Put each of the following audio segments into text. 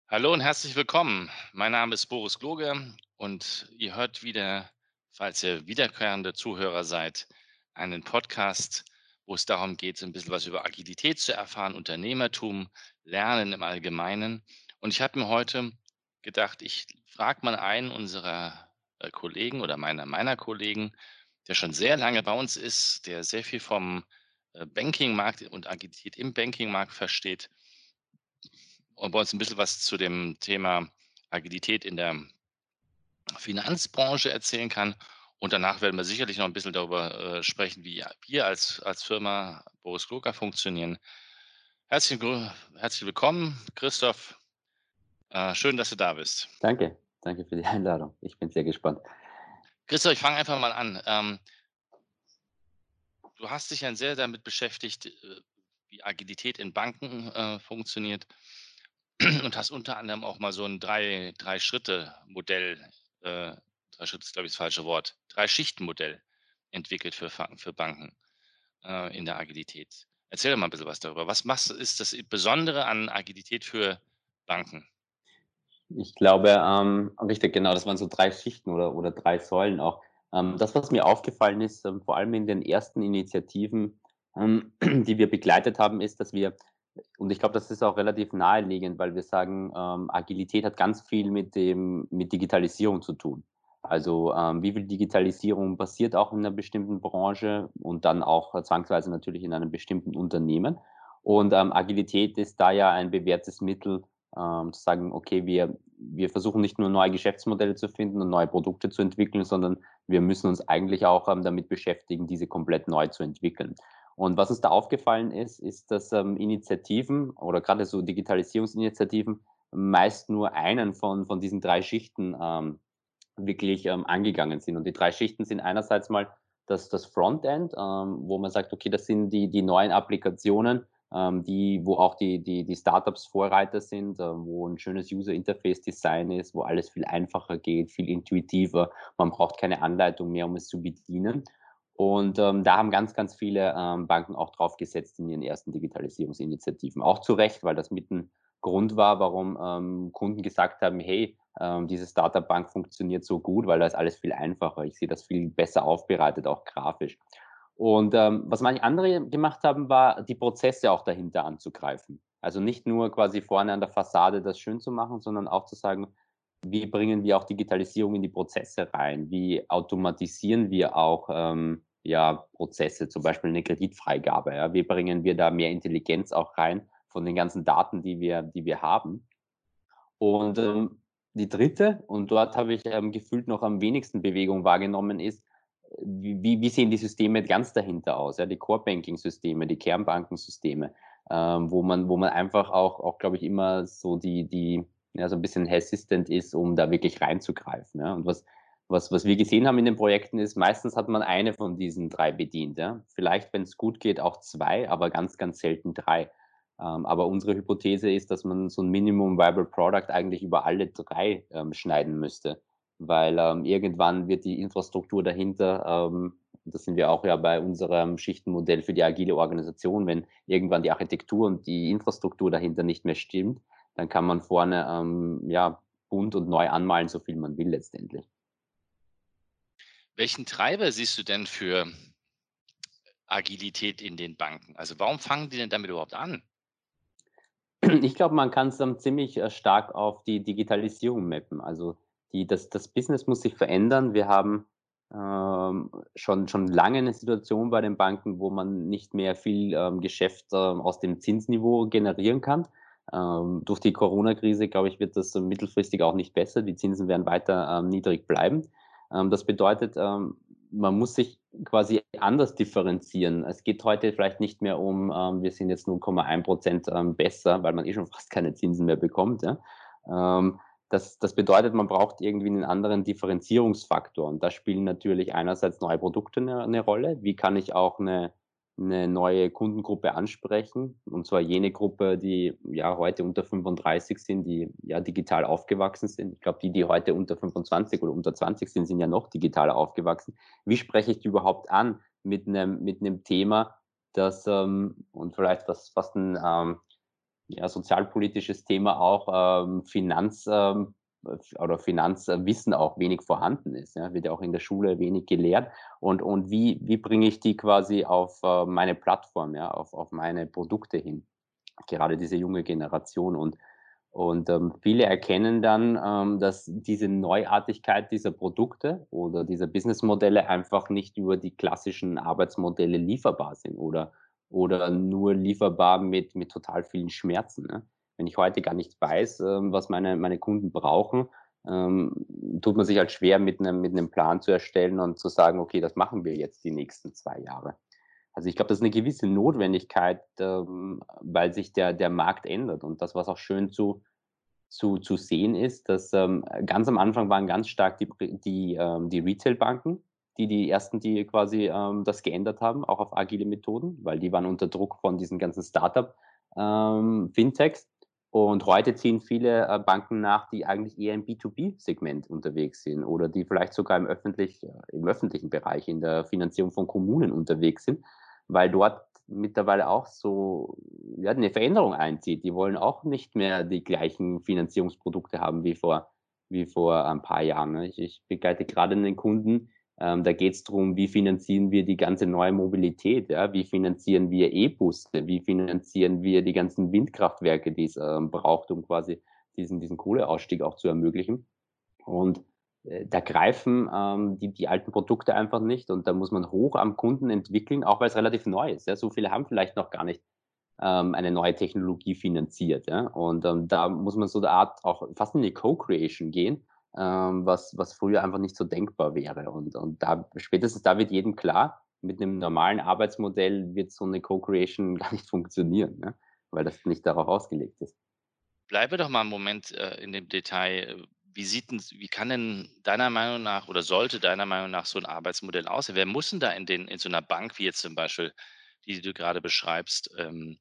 Hallo und herzlich willkommen. Mein Name ist Boris Gloge und ihr hört wieder, falls ihr wiederkehrende Zuhörer seid, einen Podcast, wo es darum geht, so ein bisschen was über Agilität zu erfahren, Unternehmertum, Lernen im Allgemeinen. Und ich habe mir heute gedacht, ich frage mal einen unserer Kollegen oder meiner Kollegen, der schon sehr lange bei uns ist, der sehr viel vom Bankingmarkt und Agilität im Bankingmarkt versteht und bei uns ein bisschen was zu dem Thema Agilität in der Finanzbranche erzählen kann. Und danach werden wir sicherlich noch ein bisschen darüber, sprechen, wie wir als Firma Boris Gloger funktionieren. Herzlich willkommen, Christoph. Schön, dass du da bist. Danke, danke für die Einladung. Ich bin sehr gespannt. Christoph, ich fange einfach mal an. Du hast dich ja sehr damit beschäftigt, wie Agilität in Banken, funktioniert und hast unter anderem auch mal so ein Drei-Schritte-Modell, 3 Schritte ist, glaube ich, das falsche Wort, Drei-Schichten-Modell entwickelt für Banken, in der Agilität. Erzähl doch mal ein bisschen was darüber. Was ist das Besondere an Agilität für Banken? Ich glaube, richtig, genau, das waren so 3 Schichten oder 3 Säulen auch. Das, was mir aufgefallen ist, vor allem in den ersten Initiativen, die wir begleitet haben, ist, dass wir und ich glaube, das ist auch relativ naheliegend, weil wir sagen, Agilität hat ganz viel mit Digitalisierung zu tun. Also, wie viel Digitalisierung passiert auch in einer bestimmten Branche und dann auch zwangsweise natürlich in einem bestimmten Unternehmen. Und, Agilität ist da ja ein bewährtes Mittel, zu sagen: „Okay, wir versuchen nicht nur neue Geschäftsmodelle zu finden und neue Produkte zu entwickeln, sondern wir müssen uns eigentlich auch, damit beschäftigen, diese komplett neu zu entwickeln.“ Und was uns da aufgefallen ist, dass, Initiativen oder gerade so Digitalisierungsinitiativen meist nur einen von diesen 3 Schichten, wirklich, angegangen sind. Und die 3 Schichten sind einerseits mal das Frontend, wo man sagt: „Okay, das sind die neuen Applikationen, die wo auch die Startups Vorreiter sind, wo ein schönes User Interface Design ist, wo alles viel einfacher geht, viel intuitiver. Man braucht keine Anleitung mehr, um es zu bedienen.“ Und, da haben ganz, ganz viele, Banken auch drauf gesetzt in ihren ersten Digitalisierungsinitiativen. Auch zu Recht, weil das mit 'n Grund war, warum, Kunden gesagt haben: „Hey, diese Startup-Bank funktioniert so gut, weil da ist alles viel einfacher. Ich sehe das viel besser aufbereitet, auch grafisch.“ Und, was manche andere gemacht haben, war, die Prozesse auch dahinter anzugreifen. Also, nicht nur quasi vorne an der Fassade das schön zu machen, sondern auch zu sagen: „Wie bringen wir auch Digitalisierung in die Prozesse rein? Wie automatisieren wir auch, ja, Prozesse, zum Beispiel eine Kreditfreigabe, ja? Wie bringen wir da mehr Intelligenz auch rein von den ganzen Daten, die wir haben?“ Und, die dritte, und dort habe ich, gefühlt noch am wenigsten Bewegung wahrgenommen, ist, wie sehen die Systeme ganz dahinter aus, ja, die Core-Banking-Systeme, die Kernbankensysteme, wo man einfach auch, glaube ich, immer so die ja, so ein bisschen hesitant ist, um da wirklich reinzugreifen, ja. Und was wir gesehen haben in den Projekten ist, meistens hat man eine von diesen 3 bedient, ja. Vielleicht, wenn es gut geht, auch 2, aber ganz, ganz selten 3. Aber unsere Hypothese ist, dass man so ein Minimum Viable Product eigentlich über alle 3 schneiden müsste, weil, irgendwann wird die Infrastruktur dahinter, das sind wir auch ja bei unserem Schichtenmodell für die agile Organisation, wenn irgendwann die Architektur und die Infrastruktur dahinter nicht mehr stimmt, dann kann man vorne, ja, bunt und neu anmalen, so viel man will letztendlich. Welchen Treiber siehst du denn für Agilität in den Banken? Also, warum fangen die denn damit überhaupt an? Ich glaube, man kann es ziemlich, stark auf die Digitalisierung mappen. Also, das Business muss sich verändern. Wir haben, schon lange eine Situation bei den Banken, wo man nicht mehr viel, Geschäft, aus dem Zinsniveau generieren kann. Durch die Corona-Krise, glaube ich, wird das so mittelfristig auch nicht besser. Die Zinsen werden weiter, niedrig bleiben. Das bedeutet, man muss sich quasi anders differenzieren. Es geht heute vielleicht nicht mehr um, wir sind jetzt 0,1 besser, weil man eh schon fast keine Zinsen mehr bekommt, ja. Das bedeutet, man braucht irgendwie einen anderen Differenzierungsfaktor und da spielen natürlich einerseits neue Produkte eine Rolle. Wie kann ich auch eine neue Kundengruppe ansprechen? Und zwar jene Gruppe, die, ja, heute unter 35 sind, die, ja, digital aufgewachsen sind. Ich glaube, die heute unter 25 oder unter 20 sind, sind ja noch digitaler aufgewachsen. Wie spreche ich die überhaupt an mit einem Thema, das, und vielleicht was fast ein ja, sozialpolitisches Thema auch, oder Finanzwissen auch wenig vorhanden ist, ja? Wird ja auch in der Schule wenig gelehrt. Und wie bringe ich die quasi auf meine Plattform, ja, auf meine Produkte hin? Gerade diese junge Generation und viele erkennen dann, dass diese Neuartigkeit dieser Produkte oder dieser Businessmodelle einfach nicht über die klassischen Arbeitsmodelle lieferbar sind oder nur lieferbar mit total vielen Schmerzen, ne? Wenn ich heute gar nicht weiß, was meine Kunden brauchen, tut man sich halt schwer, mit einem Plan zu erstellen und zu sagen: „Okay, das machen wir jetzt die nächsten 2 Jahre.“ Also, ich glaube, das ist eine gewisse Notwendigkeit, weil sich der Markt ändert und das, was auch schön zu sehen ist, dass, ganz am Anfang waren ganz stark die Retailbanken, die ersten, die quasi, das geändert haben, auch auf agile Methoden, weil die waren unter Druck von diesen ganzen Startup, Fintechs. Und heute ziehen viele, Banken nach, die eigentlich eher im B2B-Segment unterwegs sind oder die vielleicht sogar im öffentlichen Bereich, in der Finanzierung von Kommunen unterwegs sind, weil dort mittlerweile auch so, ja, 'ne Veränderung einzieht. Die wollen auch nicht mehr die gleichen Finanzierungsprodukte haben wie vor ein paar Jahren, ne? Ich begleite gerade einen Kunden, da geht's drum, wie finanzieren wir die ganze neue Mobilität, ja? Wie finanzieren wir E-Busse? Wie finanzieren wir die ganzen Windkraftwerke, die es, braucht, um quasi diesen Kohleausstieg auch zu ermöglichen? Und, da greifen, die alten Produkte einfach nicht und da muss man hoch am Kunden entwickeln, auch weil es relativ neu ist, ja. So viele haben vielleicht noch gar nicht, eine neue Technologie finanziert, ja. Und, da muss man so 'ne Art auch fast in die Co-Creation gehen, was früher einfach nicht so denkbar wäre. Und da spätestens da wird jedem klar, mit 'nem normalen Arbeitsmodell wird so 'ne Co-Creation gar nicht funktionieren, ne, weil das nicht darauf ausgelegt ist. Bleibe doch mal 'n Moment, in dem Detail. Wie kann denn deiner Meinung nach oder sollte deiner Meinung nach so 'n Arbeitsmodell aussehen? Wer muss denn da in so 'ner Bank wie jetzt zum Beispiel, die du grade beschreibst,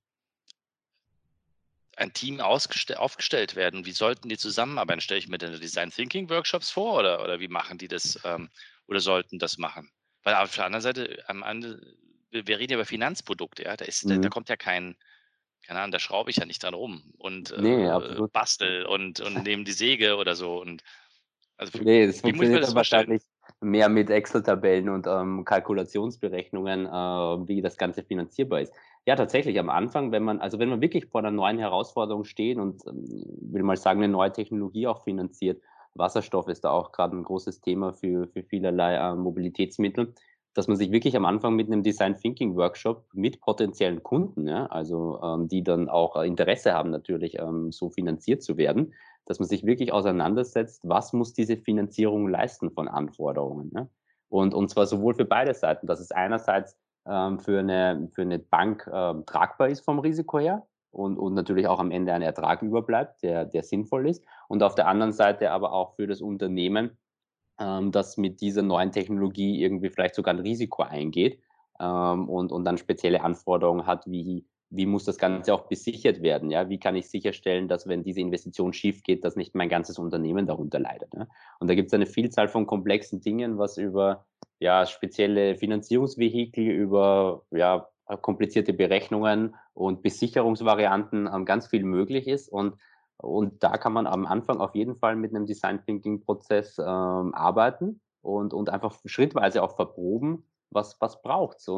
ein Team aufgestellt werden? Wie sollten die zusammenarbeiten? Stelle ich mir dann Design Thinking Workshops vor oder wie machen die das, oder sollten das machen? Weil auf der anderen Seite am Ende wir reden ja über Finanzprodukte, ja? Da Mhm. kommt ja keine Ahnung, da schraube ich ja nicht dran rum und, Ne, absolut. bastel und nehme die Säge oder so und also, Ne, das wie muss ich mir funktioniert das dann vorstellen? wahrscheinlich mehr mit Excel-Tabellen und, Kalkulationsberechnungen, wie das Ganze finanzierbar ist. Ja, tatsächlich am Anfang, wenn man wirklich vor einer neuen Herausforderung steht und, will mal sagen, eine neue Technologie auch finanziert. Wasserstoff ist da auch gerade ein großes Thema für vielerlei, Mobilitätsmittel, dass man sich wirklich am Anfang mit einem Design Thinking Workshop mit potenziellen Kunden, ja, also, die dann auch, Interesse haben natürlich, so finanziert zu werden, dass man sich wirklich auseinandersetzt, was muss diese Finanzierung leisten von Anforderungen, ne? Und zwar sowohl für beide Seiten, dass es einerseits, für eine Bank, tragbar ist vom Risiko her und natürlich auch am Ende ein Ertrag überbleibt, der sinnvoll ist. Und auf der anderen Seite aber auch für das Unternehmen, das mit dieser neuen Technologie irgendwie vielleicht sogar ein Risiko eingeht, und dann spezielle Anforderungen hat, wie muss das Ganze auch besichert werden, ja? Wie kann ich sicherstellen, dass, wenn diese Investition schief geht, dass nicht mein ganzes Unternehmen darunter leidet, ne? Und da gibt es eine Vielzahl von komplexen Dingen, was über, ja, spezielle Finanzierungsvehikel, über, ja, komplizierte Berechnungen und Besicherungsvarianten, ganz viel möglich ist. Und da kann man am Anfang auf jeden Fall mit einem Design Thinking Prozess, arbeiten und einfach schrittweise auch verproben, was braucht's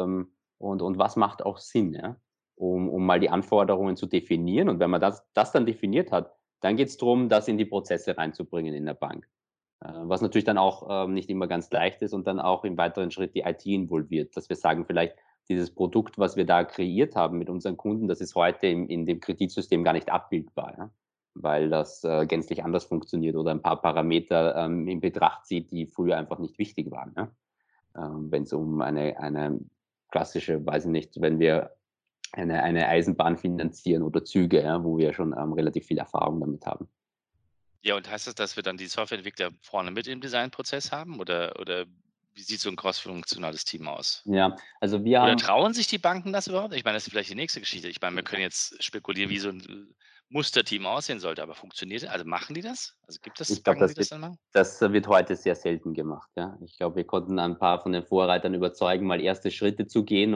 und was macht auch Sinn, ja? Um mal die Anforderungen zu definieren. Und wenn man das dann definiert hat, dann geht's drum, das in die Prozesse reinzubringen in der Bank. Was natürlich dann auch, nicht immer ganz leicht ist und dann auch im weiteren Schritt die IT involviert, dass wir sagen, vielleicht dieses Produkt, was wir da kreiert haben mit unseren Kunden, das ist heute in dem Kreditsystem gar nicht abbildbar, ja, weil das, gänzlich anders funktioniert oder ein paar Parameter, in Betracht zieht, die früher einfach nicht wichtig waren, ja. Wenn es um eine klassische, weiß ich nicht, wenn wir eine Eisenbahn finanzieren oder Züge, ja, wo wir schon, relativ viel Erfahrung damit haben. Ja, und heißt das, dass wir dann die Softwareentwickler vorne mit im Designprozess haben oder wie sieht so 'n crossfunktionales Team aus? Ja, also wir Oder haben trauen sich die Banken das überhaupt? Ich meine, das ist vielleicht die nächste Geschichte. Ich meine, wir können jetzt spekulieren, wie so 'n, Musterteam aussehen sollte, aber funktioniert also, machen die das? Also, gibt es Ich glaube, Banken, die das dann machen? das wird heute sehr selten gemacht, ja. Ich glaube, wir konnten ein paar von den Vorreitern überzeugen, mal erste Schritte zu gehen und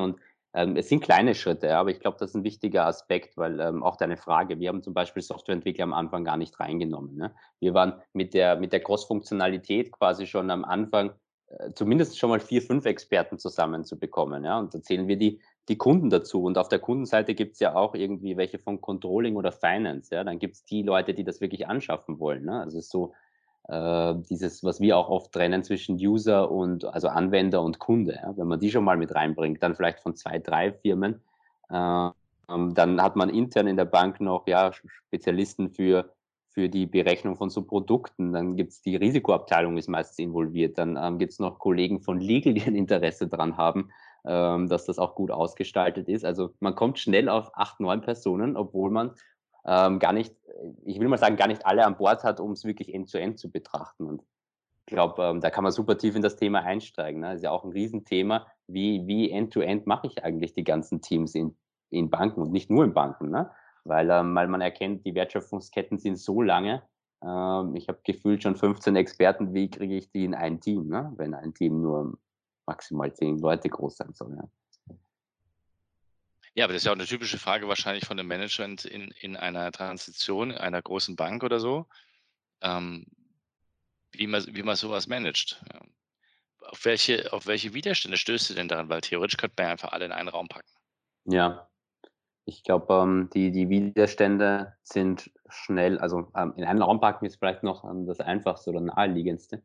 Es sind kleine Schritte, ja, aber ich glaube, das ist ein wichtiger Aspekt, weil, auch deine Frage, wir haben zum Beispiel Softwareentwickler am Anfang gar nicht reingenommen, ne? Wir waren mit der Cross-Funktionalität quasi schon am Anfang, zumindest schon mal 4, 5 Experten zusammenzubekommen, ja? Und da zählen wir die Kunden dazu. Und auf der Kundenseite gibt's ja auch irgendwie welche von Controlling oder Finance, ja? Dann gibt's die Leute, die das wirklich anschaffen wollen, ne? Also, es ist so, dieses, was wir auch oft trennen zwischen User und also Anwender und Kunde, ja? Wenn man die schon mal mit reinbringt, dann vielleicht von 2 3 Firmen, dann hat man intern in der Bank noch, ja, Spezialisten für die Berechnung von so Produkten. Dann gibt's die Risikoabteilung ist meistens involviert. Dann, gibt's noch Kollegen von Legal, die ein Interesse dran haben, dass das auch gut ausgestaltet ist. Also, man kommt schnell auf 8 9 Personen, obwohl man, gar nicht ich will mal sagen, gar nicht alle an Bord hat, um es wirklich End-to-End zu betrachten. Und ich glaube, da kann man super tief in das Thema einsteigen, ne? Ist ja auch ein Riesenthema. Wie End-to-End mache ich eigentlich die ganzen Teams in Banken und nicht nur in Banken, ne? Weil man erkennt, die Wertschöpfungsketten sind so lange. Ich habe gefühlt schon 15 Experten, wie kriege ich die in ein Team, ne? Wenn ein Team nur maximal 10 Leute groß sein soll, ja. Ja, aber das ist ja auch eine typische Frage wahrscheinlich von 'nem Management in einer Transition, einer großen Bank oder so, ähm, wie man so was managt. Auf welche Widerstände stößt du denn daran? Weil theoretisch könnte man ja einfach alle in einen Raum packen. Ja, ich glaube, die Widerstände sind schnell also, in einen Raum packen ist vielleicht noch, das Einfachste oder Naheliegendste.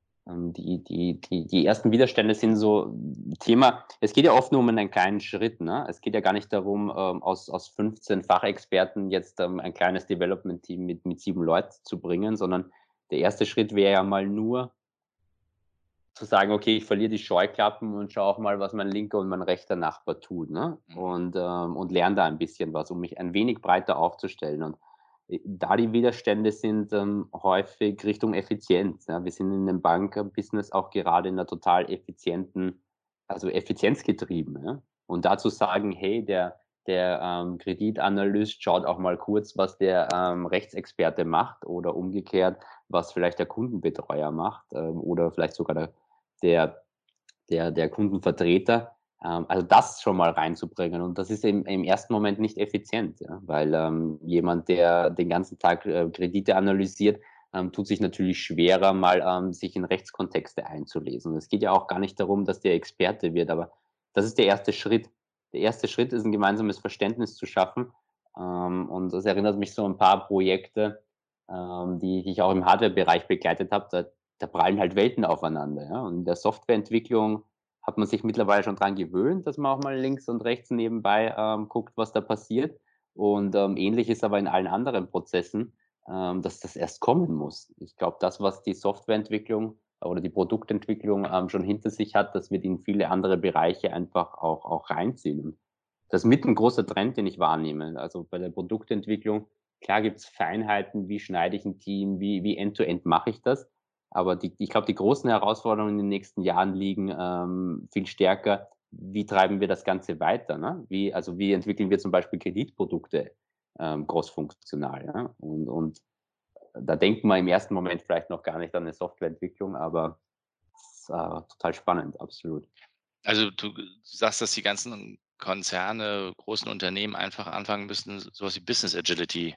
Die ersten Widerstände sind so Thema es geht ja oft nur um einen kleinen Schritt, ne? Es geht ja gar nicht darum, aus 15 Fachexperten jetzt, ein kleines Development-Team mit 7 Leuten zu bringen, sondern der erste Schritt wäre ja mal nur zu sagen: „Okay, ich verliere die Scheuklappen und schaue auch mal, was mein linker und mein rechter Nachbar tut“, ne? Mhm. Und lerne da ein bisschen was, um mich ein wenig breiter aufzustellen. Und, da die Widerstände sind, häufig Richtung Effizienz, ja. Wir sind in dem Banker-Business auch gerade in 'ner total effizienten also effizienzgetrieben, ja. Und da zu sagen: „Hey, der Kreditanalyst schaut auch mal kurz, was der, Rechtsexperte macht“ oder umgekehrt, was vielleicht der Kundenbetreuer macht, oder vielleicht sogar der der Kundenvertreter. Also das schon mal reinzubringen und das ist im ersten Moment nicht effizient, ja, weil, jemand, der den ganzen Tag, Kredite analysiert, tut sich natürlich schwerer, mal, sich in Rechtskontexte einzulesen. Es geht ja auch gar nicht darum, dass der Experte wird, aber das ist der erste Schritt. Der erste Schritt ist ein gemeinsames Verständnis zu schaffen, und das erinnert mich so an ein paar Projekte, die ich auch im Hardwarebereich begleitet habe. Da prallen halt Welten aufeinander, ja. Und in der Softwareentwicklung hat man sich mittlerweile schon dran gewöhnt, dass man auch mal links und rechts nebenbei, guckt, was da passiert. Und, ähnlich ist aber in allen anderen Prozessen, dass das erst kommen muss. Ich glaube, das, was die Softwareentwicklung oder die Produktentwicklung, schon hinter sich hat, das wird in viele andere Bereiche einfach auch reinziehen. Und das ist mit 'n großer Trend, den ich wahrnehme. Also, bei der Produktentwicklung, klar gibt's Feinheiten, wie schneide ich 'n Team, wie End-to-End mache ich das? Aber ich glaube, die großen Herausforderungen in den nächsten Jahren liegen, viel stärker, wie treiben wir das Ganze weiter, ne? Wie entwickeln wir zum Beispiel Kreditprodukte, crossfunktional, ja? Und da denkt man im ersten Moment vielleicht noch gar nicht an 'ne Softwareentwicklung, aber ist, total spannend, absolut. Also, du sagst, dass die ganzen Konzerne, großen Unternehmen einfach anfangen müssen, so was wie Business Agility,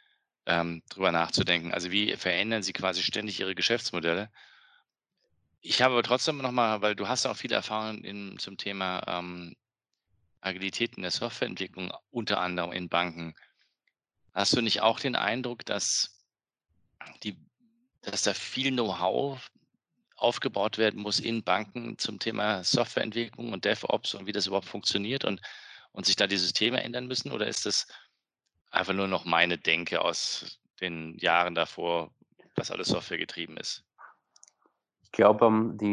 drüber nachzudenken. Also, wie verändern sie quasi ständig ihre Geschäftsmodelle? Ich habe aber trotzdem noch mal, weil du hast ja auch viele Erfahrungen zum Thema, Agilität in der Softwareentwicklung, unter anderem in Banken. Hast du nicht auch den Eindruck, die dass da viel Know-how aufgebaut werden muss in Banken zum Thema Softwareentwicklung und DevOps und wie das überhaupt funktioniert und sich da die Systeme ändern müssen? Oder ist das einfach nur noch meine Denke aus den Jahren davor, dass alles softwaregetrieben ist? Ich glaube,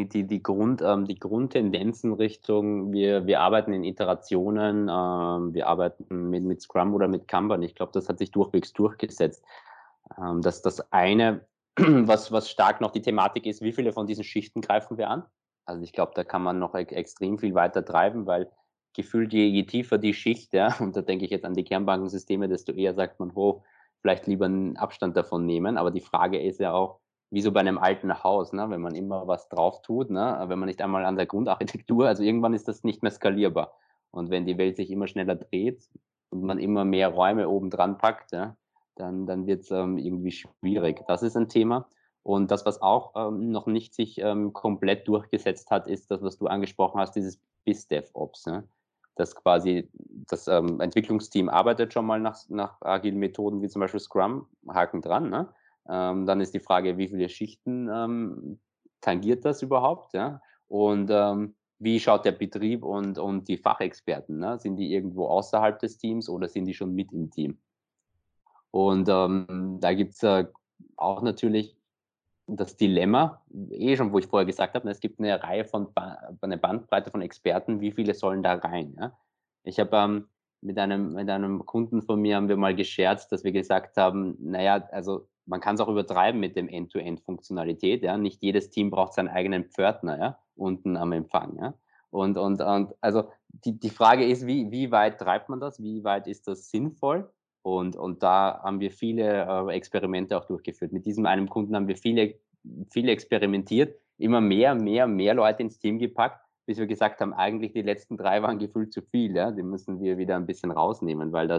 die Grundtendenzen Richtung wir arbeiten in Iterationen, wir arbeiten mit Scrum oder mit Kanban. Ich glaube, das hat sich durchwegs durchgesetzt. Das eine, was stark noch die Thematik ist, wie viele von diesen Schichten greifen wir an? Also, ich glaube, da kann man noch extrem viel weiter treiben, weil gefühlt je tiefer die Schicht, ja, und da denke ich jetzt an die Kernbankensysteme, desto eher sagt man: „Oh, vielleicht lieber 'n Abstand davon nehmen.“ Aber die Frage ist ja auch, wie so bei einem alten Haus, ne, wenn man immer was drauf tut, ne, wenn man nicht einmal an der Grundarchitektur also, irgendwann ist das nicht mehr skalierbar. Und wenn die Welt sich immer schneller dreht und man immer mehr Räume oben dran packt, ja, dann wird es irgendwie schwierig. Das ist ein Thema. Und das, was auch noch nicht sich komplett durchgesetzt hat, ist das, was du angesprochen hast, dieses BizDevOps. Ja? Das quasi das Entwicklungsteam arbeitet schon mal nach agilen Methoden wie zum Beispiel Scrum, Haken dran. Ne? Dann ist die Frage, wie viele Schichten tangiert das überhaupt? Ja? Und wie schaut der Betrieb und die Fachexperten? Ne? Sind die irgendwo außerhalb des Teams oder sind die schon mit im Team? Und da gibt's auch natürlich das Dilemma, schon, wo ich vorher gesagt habe, ne, es gibt eine Reihe von eine Bandbreite von Experten, wie viele sollen da rein, ja? Ich habe mit einem Kunden von mir haben wir mal gescherzt, dass wir gesagt haben, naja, also man kann es auch übertreiben mit dem End-to-End-Funktionalität, ja. Nicht jedes Team braucht seinen eigenen Pförtner, ja, unten am Empfang, ja. Und also die Frage ist, wie weit treibt man das? Wie weit ist das sinnvoll? Und da haben wir viele Experimente auch durchgeführt. Mit diesem einen Kunden haben wir viele experimentiert, immer mehr Leute ins Team gepackt, bis wir gesagt haben, eigentlich die letzten 3 waren gefühlt zu viel, ja, die müssen wir wieder ein bisschen rausnehmen, weil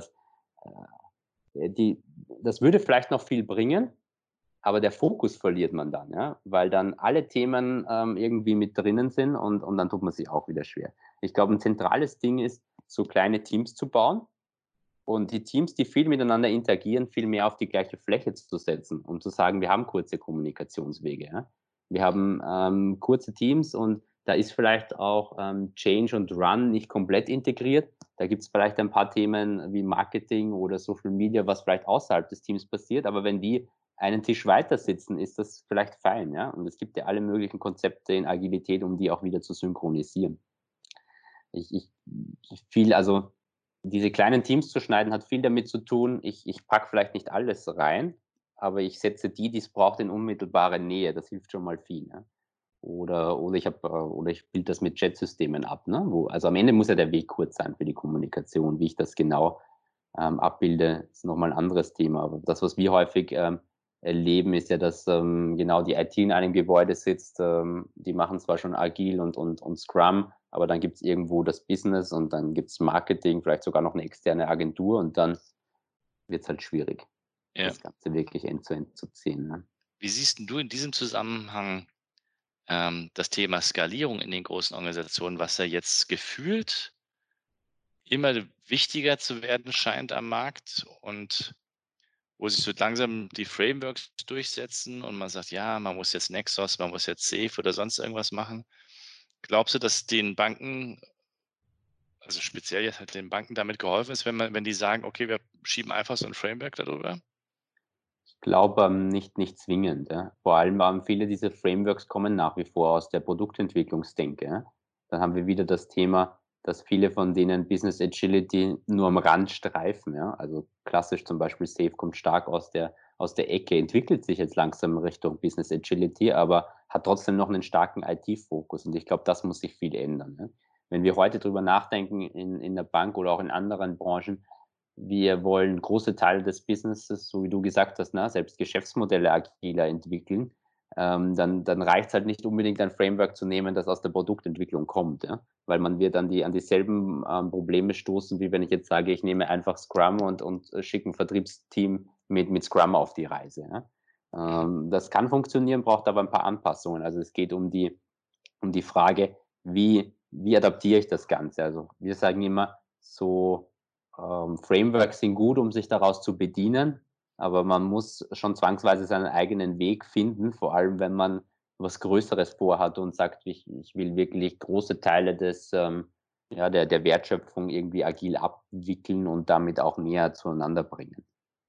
die das würde vielleicht noch viel bringen, aber der Fokus verliert man dann, ja, weil dann alle Themen irgendwie mit drinnen sind und dann tut man sich auch wieder schwer. Ich glaube, ein zentrales Ding ist, so kleine Teams zu bauen und die Teams, die viel miteinander interagieren, viel mehr auf die gleiche Fläche zu setzen und zu sagen, wir haben kurze Kommunikationswege. Ja? Wir haben kurze Teams und da ist vielleicht auch Change und Run nicht komplett integriert. Da gibt es vielleicht ein paar Themen wie Marketing oder Social Media, was vielleicht außerhalb des Teams passiert. Aber wenn die einen Tisch weiter sitzen, ist das vielleicht fein. Ja? Und es gibt ja alle möglichen Konzepte in Agilität, um die auch wieder zu synchronisieren. Ich viel, also diese kleinen Teams zu schneiden, hat viel damit zu tun, ich packe vielleicht nicht alles rein, aber ich setze die, die es braucht, in unmittelbare Nähe. Das hilft schon mal viel, ne? Oder ich bilde das mit Chat-Systemen ab, ne? Also am Ende muss ja der Weg kurz sein für die Kommunikation. Wie ich das genau abbilde, ist nochmal ein anderes Thema. Aber das, was wir häufig erleben, ist ja, dass genau die IT in einem Gebäude sitzt. Die machen zwar schon agil und Scrum, aber dann gibt es irgendwo das Business und dann gibt es Marketing, vielleicht sogar noch eine externe Agentur und dann wird es halt schwierig, Ja. das Ganze wirklich end-to-end zu ziehen. Ne? Wie siehst 'n du in diesem Zusammenhang, das Thema Skalierung in den großen Organisationen, was ja jetzt gefühlt immer wichtiger zu werden scheint am Markt und wo sich so langsam die Frameworks durchsetzen und man sagt: „Ja, man muss jetzt Nexus, man muss jetzt Safe oder sonst irgendwas machen.“ Glaubst du, dass den Banken, also speziell jetzt halt den Banken damit geholfen ist, wenn die sagen: „Okay, wir schieben einfach so ein Framework da drüber?“ Ich glaube nicht zwingend. Ja. Vor allem viele dieser Frameworks kommen nach wie vor aus der Produktentwicklungsdenke. Ja. Dann haben wir wieder das Thema, dass viele von denen Business Agility nur am Rand streifen. Ja. Also klassisch zum Beispiel Safe kommt stark aus der Ecke, entwickelt sich jetzt langsam Richtung Business Agility, aber hat trotzdem noch einen starken IT-Fokus. Und ich glaube, das muss sich viel ändern. Ja. Wenn wir heute drüber nachdenken in der Bank oder auch in anderen Branchen, wir wollen große Teile des Businesses, so wie du gesagt hast, ne, selbst Geschäftsmodelle agiler entwickeln. Dann reicht es halt nicht unbedingt, ein Framework zu nehmen, das aus der Produktentwicklung kommt, ja? Weil man wird an dieselben Probleme stoßen, wie wenn ich jetzt sage, ich nehme einfach Scrum und schicke ein Vertriebsteam mit Scrum auf die Reise. Ja? Mhm. Das kann funktionieren, braucht aber ein paar Anpassungen. Also es geht um die Frage, wie adaptiere ich das Ganze? Also wir sagen immer, so Frameworks sind gut, um sich daraus zu bedienen, aber man muss schon zwangsweise seinen eigenen Weg finden, vor allem wenn man was Größeres vorhat und sagt, ich will wirklich große Teile ja, der Wertschöpfung irgendwie agil abwickeln und damit auch näher zueinander bringen.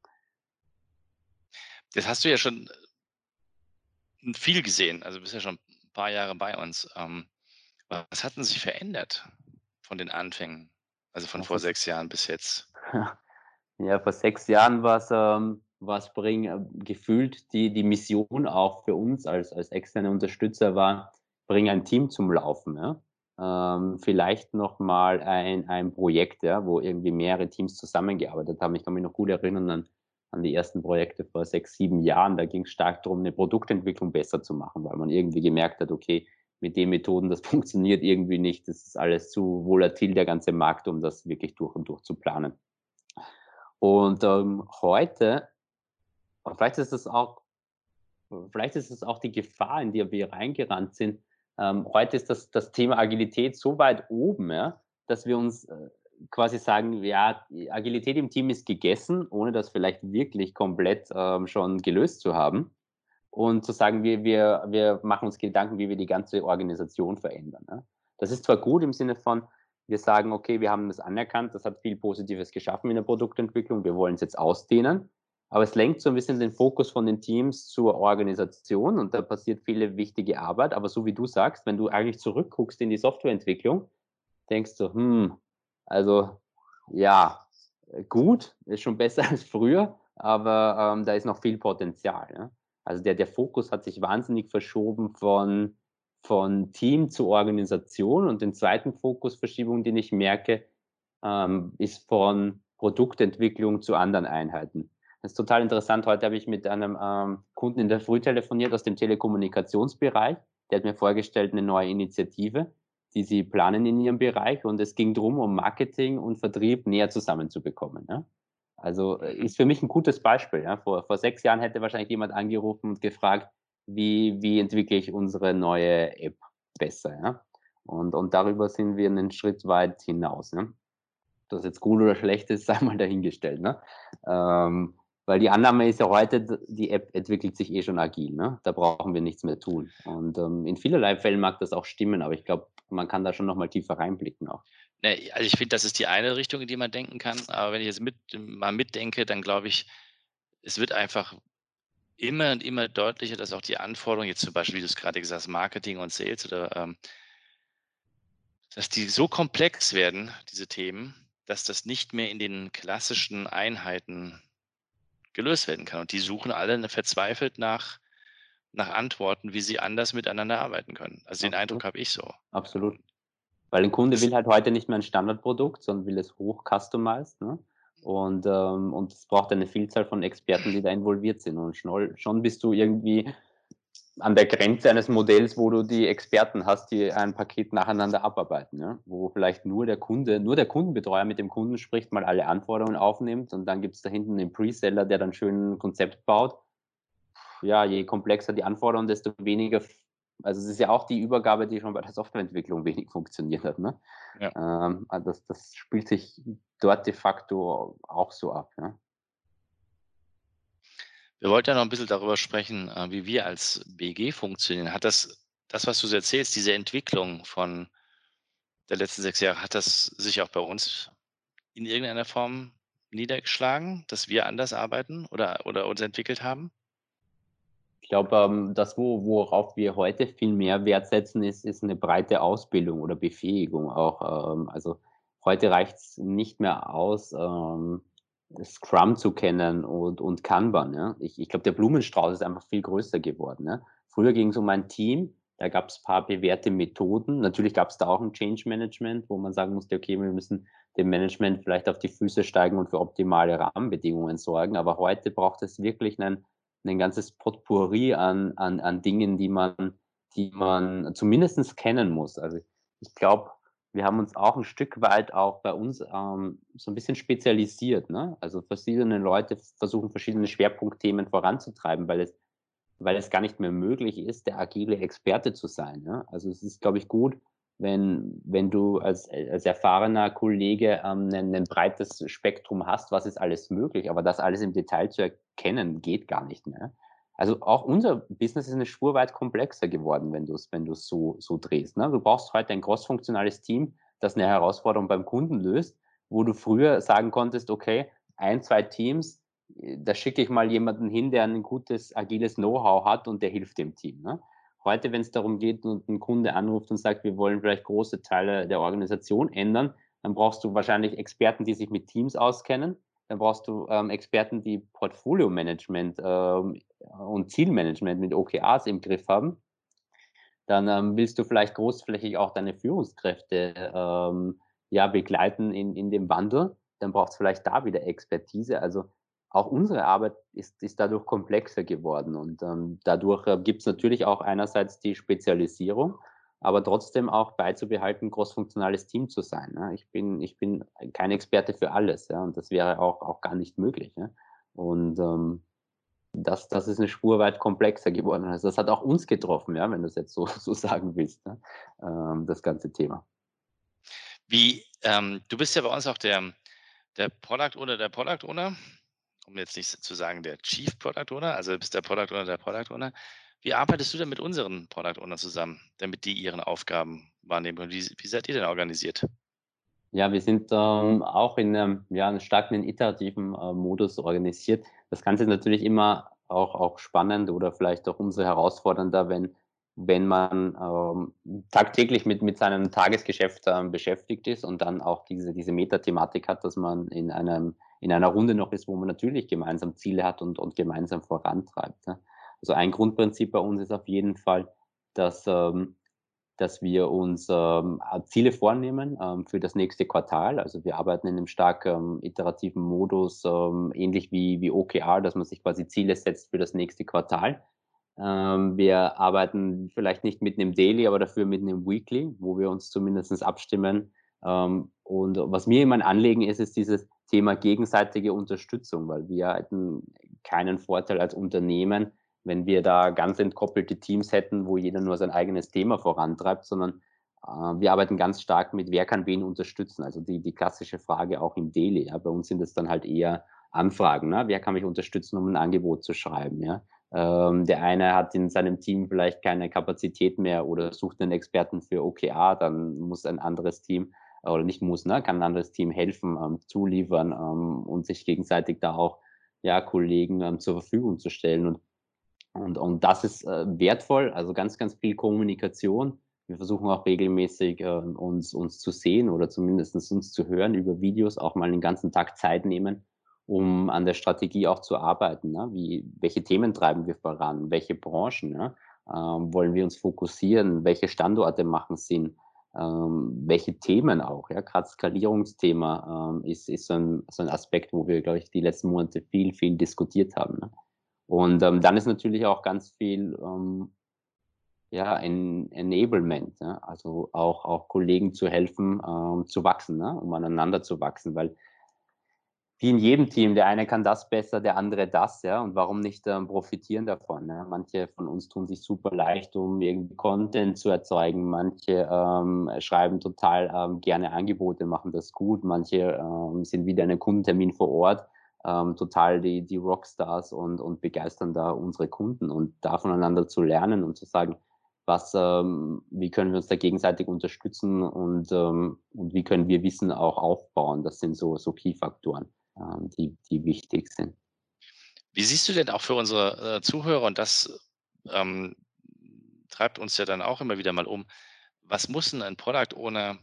Jetzt hast du ja schon viel gesehen, also bist ja schon ein paar Jahre bei uns. Was hat denn sich verändert von den Anfängen, also von Das vor ist 6 Jahren bis jetzt? Ja, vor 6 Jahren war's gefühlt die Mission auch für uns als externe Unterstützer war: „Bring ein Team zum Laufen“, ja? Vielleicht noch mal ein Projekt, ja, wo irgendwie mehrere Teams zusammengearbeitet haben. Ich kann mich noch gut erinnern an die ersten Projekte vor 6, 7 Jahren. Da ging's stark drum, 'ne Produktentwicklung besser zu machen, weil man irgendwie gemerkt hat, okay, mit den Methoden, das funktioniert irgendwie nicht. Das ist alles zu volatil, der ganze Markt, um das wirklich durch und durch zu planen. Und, heute aber vielleicht ist es auch die Gefahr, in die wir reingerannt sind. Heute ist das Thema Agilität so weit oben, ja, dass wir uns, quasi sagen: „Ja, die Agilität im Team ist gegessen“, ohne das vielleicht wirklich komplett, schon gelöst zu haben. Und zu sagen, wir machen uns Gedanken, wie wir die ganze Organisation verändern, ne? Das ist zwar gut im Sinne von, wir sagen: „Okay, wir haben das anerkannt, das hat viel Positives geschaffen in der Produktentwicklung, wir wollen es jetzt ausdehnen.“ Aber es lenkt so ein bisschen den Fokus von den Teams zur Organisation und da passiert viele wichtige Arbeit. Aber so wie du sagst, wenn du eigentlich zurückguckst in die Softwareentwicklung, denkst du: also, ja, gut, ist schon besser als früher, aber, da ist noch viel Potenzial, ne? Also, der Fokus hat sich wahnsinnig verschoben von Team zu Organisation und den zweiten Fokusverschiebung, den ich merke, ist von Produktentwicklung zu anderen Einheiten. Das ist total interessant. Heute habe ich mit einem, Kunden in der Früh telefoniert aus dem Telekommunikationsbereich. Der hat mir vorgestellt, eine neue Initiative, die sie planen in ihrem Bereich und es ging drum, um Marketing und Vertrieb näher zusammenzubekommen, ja? Also, Mhm. ist für mich ein gutes Beispiel, ja. Vor 6 Jahren hätte wahrscheinlich jemand angerufen und gefragt: „Wie entwickle ich unsere neue App besser“, ja? Und darüber sind wir einen Schritt weit hinaus, ne? Ob das jetzt gut oder schlecht ist, sei mal dahingestellt, ne? Ähm, weil die Annahme ist ja heute, die App entwickelt sich eh schon agil, ne? Da brauchen wir nichts mehr tun. Und, in vielerlei Fällen mag das auch stimmen, aber ich glaube, man kann da schon noch mal tiefer reinblicken auch. Ne, also ich finde, das ist die eine Richtung, in die man denken kann. Aber wenn ich jetzt mal mitdenke, dann glaube ich, es wird einfach immer und immer deutlicher, dass auch die Anforderungen jetzt zum Beispiel, wie du es gerade gesagt hast, Marketing und Sales oder, dass die so komplex werden, diese Themen, dass das nicht mehr in den klassischen Einheiten gelöst werden kann. Und die suchen alle, verzweifelt nach Antworten, wie sie anders miteinander arbeiten können. Also, den Eindruck Absolut, habe ich so. absolut. Und Weil ein Kunde das will halt heute nicht mehr ein Standardprodukt, sondern will es hoch customized, ne? Und es braucht eine Vielzahl von Experten, die da involviert sind. Und schon bist du irgendwie an der Grenze eines Modells, wo du die Experten hast, die ein Paket nacheinander abarbeiten, ja? Wo vielleicht nur der Kundenbetreuer mit dem Kunden spricht, mal alle Anforderungen aufnimmt und dann gibt's da hinten den Preseller, der dann schön 'n Konzept baut. Ja, je komplexer die Anforderungen, desto weniger also, es ist ja auch die Übergabe, die schon bei der Softwareentwicklung wenig funktioniert hat, ne? ja. Das spielt sich dort de facto auch so ab, ja. Wir wollten ja noch ein bisschen darüber sprechen, wie wir als BG funktionieren. Hat das, was du so erzählst, diese Entwicklung von der letzten 6 Jahre, hat das sich auch bei uns in irgendeiner Form niedergeschlagen, dass wir anders arbeiten oder uns entwickelt haben? Ich glaube, das, worauf wir heute viel mehr Wert setzen, ist eine breite Ausbildung oder Befähigung auch. Also, heute reicht's nicht mehr aus, Scrum zu kennen und Kanban, ja. Ich glaube, der Blumenstrauß ist einfach viel größer geworden, ne? Früher ging's um ein Team, da gab's paar bewährte Methoden. Natürlich gab's da auch ein Change Management, wo man sagen musste: „Okay, wir müssen dem Management vielleicht auf die Füße steigen und für optimale Rahmenbedingungen sorgen.“ Aber heute braucht es wirklich einen 'nen ganzes Potpourri an Dingen, die man zumindestens kennen muss. Also, ich glaube, wir haben uns auch 'n Stück weit auch bei uns, so 'n bisschen spezialisiert, ne? Also, verschiedene Leute versuchen, verschiedene Schwerpunktthemen voranzutreiben, weil es gar nicht mehr möglich ist, der agile Experte zu sein, ja? Also, es ist, glaube ich, gut, wenn du als erfahrener Kollege, 'nen breites Spektrum hast, was ist alles möglich, aber das alles im Detail zu erkennen, geht gar nicht mehr. Also, auch unser Business ist 'ne Spur weit komplexer geworden, wenn du's so drehst, ne? Du brauchst heute ein crossfunktionales Team, das 'ne Herausforderung beim Kunden löst, wo du früher sagen konntest: „Okay, ein 2 Teams, da schicke ich mal jemanden hin, der ein gutes agiles Know-how hat und der hilft dem Team, ne? Heute, wenn es darum geht und ein Kunde anruft und sagt: „Wir wollen vielleicht große Teile der Organisation ändern“, dann brauchst du wahrscheinlich Experten, die sich mit Teams auskennen. Dann brauchst du, Experten, die Portfolio-Management, und Zielmanagement mit OKRs im Griff haben. Dann, willst du vielleicht großflächig auch deine Führungskräfte, ja, begleiten in dem Wandel. Dann braucht's vielleicht da wieder Expertise. Also, auch unsere Arbeit ist dadurch komplexer geworden und, dadurch, gibt's natürlich auch einerseits die Spezialisierung, aber trotzdem auch beizubehalten, crossfunktionales Team zu sein, ne? Ich bin kein Experte für alles, ja, und das wäre auch gar nicht möglich, ja? Und, das ist eine Spur weit komplexer geworden. Also, das hat auch uns getroffen, ja, wenn du's jetzt so so sagen willst, ne, das ganze Thema. Du bist ja bei uns auch der Product Owner, um jetzt nicht zu sagen der Chief Product Owner, also du bist der Product Owner der Product Owner. Wie arbeitest du denn mit unseren Product Ownern zusammen, damit die ihren Aufgaben wahrnehmen können? Wie seid ihr denn organisiert? Ja, wir sind, auch in 'nem ja, 'nem starken iterativen, Modus organisiert. Das Ganze ist natürlich immer auch spannend oder vielleicht auch umso herausfordernder, wenn man, tagtäglich mit seinem Tagesgeschäft, beschäftigt ist und dann auch diese Metathematik hat, dass man in einer Runde noch ist, wo man natürlich gemeinsam Ziele hat und gemeinsam vorantreibt, ne? Also, ein Grundprinzip bei uns ist auf jeden Fall, dass, dass wir uns, Ziele vornehmen, für das nächste Quartal. Also, wir arbeiten in einem stark, iterativen Modus, ähnlich wie OKR, dass man sich quasi Ziele setzt für das nächste Quartal. Wir arbeiten vielleicht nicht mit einem Daily, aber dafür mit einem Weekly, wo wir uns zumindestens abstimmen. Und was mir immer ein Anliegen ist, ist dieses Thema gegenseitige Unterstützung, weil wir hätten keinen Vorteil als Unternehmen, wenn wir da ganz entkoppelte Teams hätten, wo jeder nur sein eigenes Thema vorantreibt, sondern, wir arbeiten ganz stark mit: Wer kann wen unterstützen? Also, die klassische Frage auch im Daily, ja. Bei uns sind es dann halt eher Anfragen, ne? Wer kann mich unterstützen, um ein Angebot zu schreiben, ja? Der eine hat in seinem Team vielleicht keine Kapazität mehr oder sucht einen Experten für OKR, dann muss ein anderes Team oder nicht muss, ne, kann ein anderes Team helfen, zuliefern, und sich gegenseitig da auch, ja, Kollegen, zur Verfügung zu stellen. Und das ist, wertvoll, also ganz viel Kommunikation. Wir versuchen auch regelmäßig, uns zu sehen oder zumindestens uns zu hören über Videos, auch mal den ganzen Tag Zeit nehmen, um an der Strategie auch zu arbeiten, ne? Welche Themen treiben wir voran? Welche Branchen, ne? Wollen wir uns fokussieren? Welche Standorte machen Sinn? Welche Themen auch, ja? Grad Skalierungsthema, ist so ein Aspekt, wo wir, glaube ich, die letzten Monate viel diskutiert haben, ne? Und, dann ist natürlich auch ganz viel, ja, Enablement, ja, also auch Kollegen zu helfen, zu wachsen, ne, um aneinander zu wachsen, weil wie in jedem Team, der eine kann das besser, der andere das, ja, und warum nicht, profitieren davon, ne? Manche von uns tun sich super leicht, um irgendwie Content zu erzeugen. Manche, schreiben total, gerne Angebote, machen das gut. Manche, sind wieder in 'nem Kundentermin vor Ort, total die Rockstars und begeistern da unsere Kunden. Und da voneinander zu lernen und zu sagen: Wie können wir uns da gegenseitig unterstützen und wie können wir Wissen auch aufbauen? Das sind so Key-Faktoren, die wichtig sind. Wie siehst du denn auch für unsere, Zuhörer, und das, ähm, treibt uns ja dann auch immer wieder mal um, was muss 'n ein Product Owner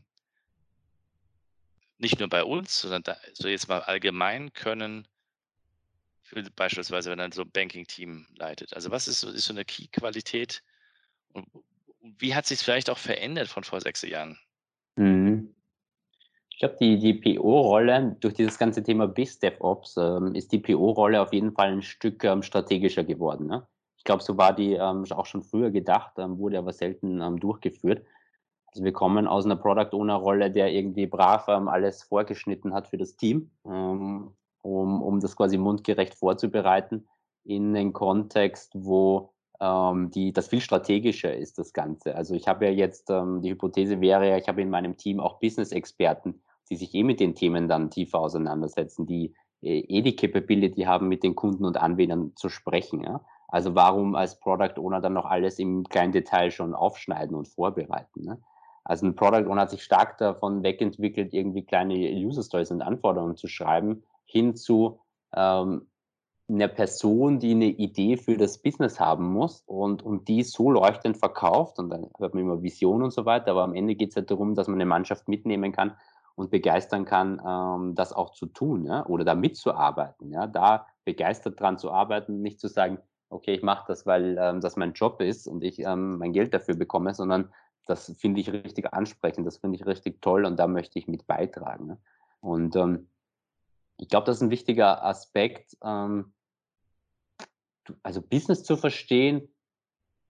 nicht nur bei uns, sondern da so jetzt mal allgemein können, für beispielsweise, wenn er so 'n Banking-Team leitet? Also, was ist so 'ne Key-Qualität und wie hat sich's vielleicht auch verändert von vor 6 Jahren? Mhm. Ich glaube, die PO-Rolle durch dieses ganze Thema BizDevOps, ist die PO-Rolle auf jeden Fall ein Stück, strategischer geworden, ne? Ich glaube, so war die, auch schon früher gedacht, wurde aber selten, durchgeführt. Also, wir kommen aus einer Product Owner Rolle, der irgendwie brav, alles vorgeschnitten hat für das Team, um das quasi mundgerecht vorzubereiten in den Kontext, wo, das viel strategischer ist, das Ganze. Also, ich habe ja jetzt, die Hypothese wäre ja, ich habe in meinem Team auch Business-Experten, die sich mit den Themen dann tiefer auseinandersetzen, die, die Capability haben, mit den Kunden und Anwendern zu sprechen, ja? Also, warum als Product Owner dann noch alles im kleinen Detail schon aufschneiden und vorbereiten, ne? Also, 'n Product Owner hat sich stark davon wegentwickelt, irgendwie kleine User Stories und Anforderungen zu schreiben, hin zu, 'ner Person, die 'ne Idee für das Business haben muss und die so leuchtend verkauft und dann hört man immer Vision und so weiter, aber am Ende geht's halt darum, dass man 'ne Mannschaft mitnehmen kann und begeistern kann, das auch zu tun, ja, oder da mitzuarbeiten, ja, da begeistert dran zu arbeiten, nicht zu sagen: „Okay, ich mache das, weil, das mein Job ist und ich, mein Geld dafür bekomme“, sondern das finde ich richtig ansprechend, das finde ich richtig toll und da möchte ich mit beitragen, ne? Und, ich glaube, das ist 'n wichtiger Aspekt, also Business zu verstehen,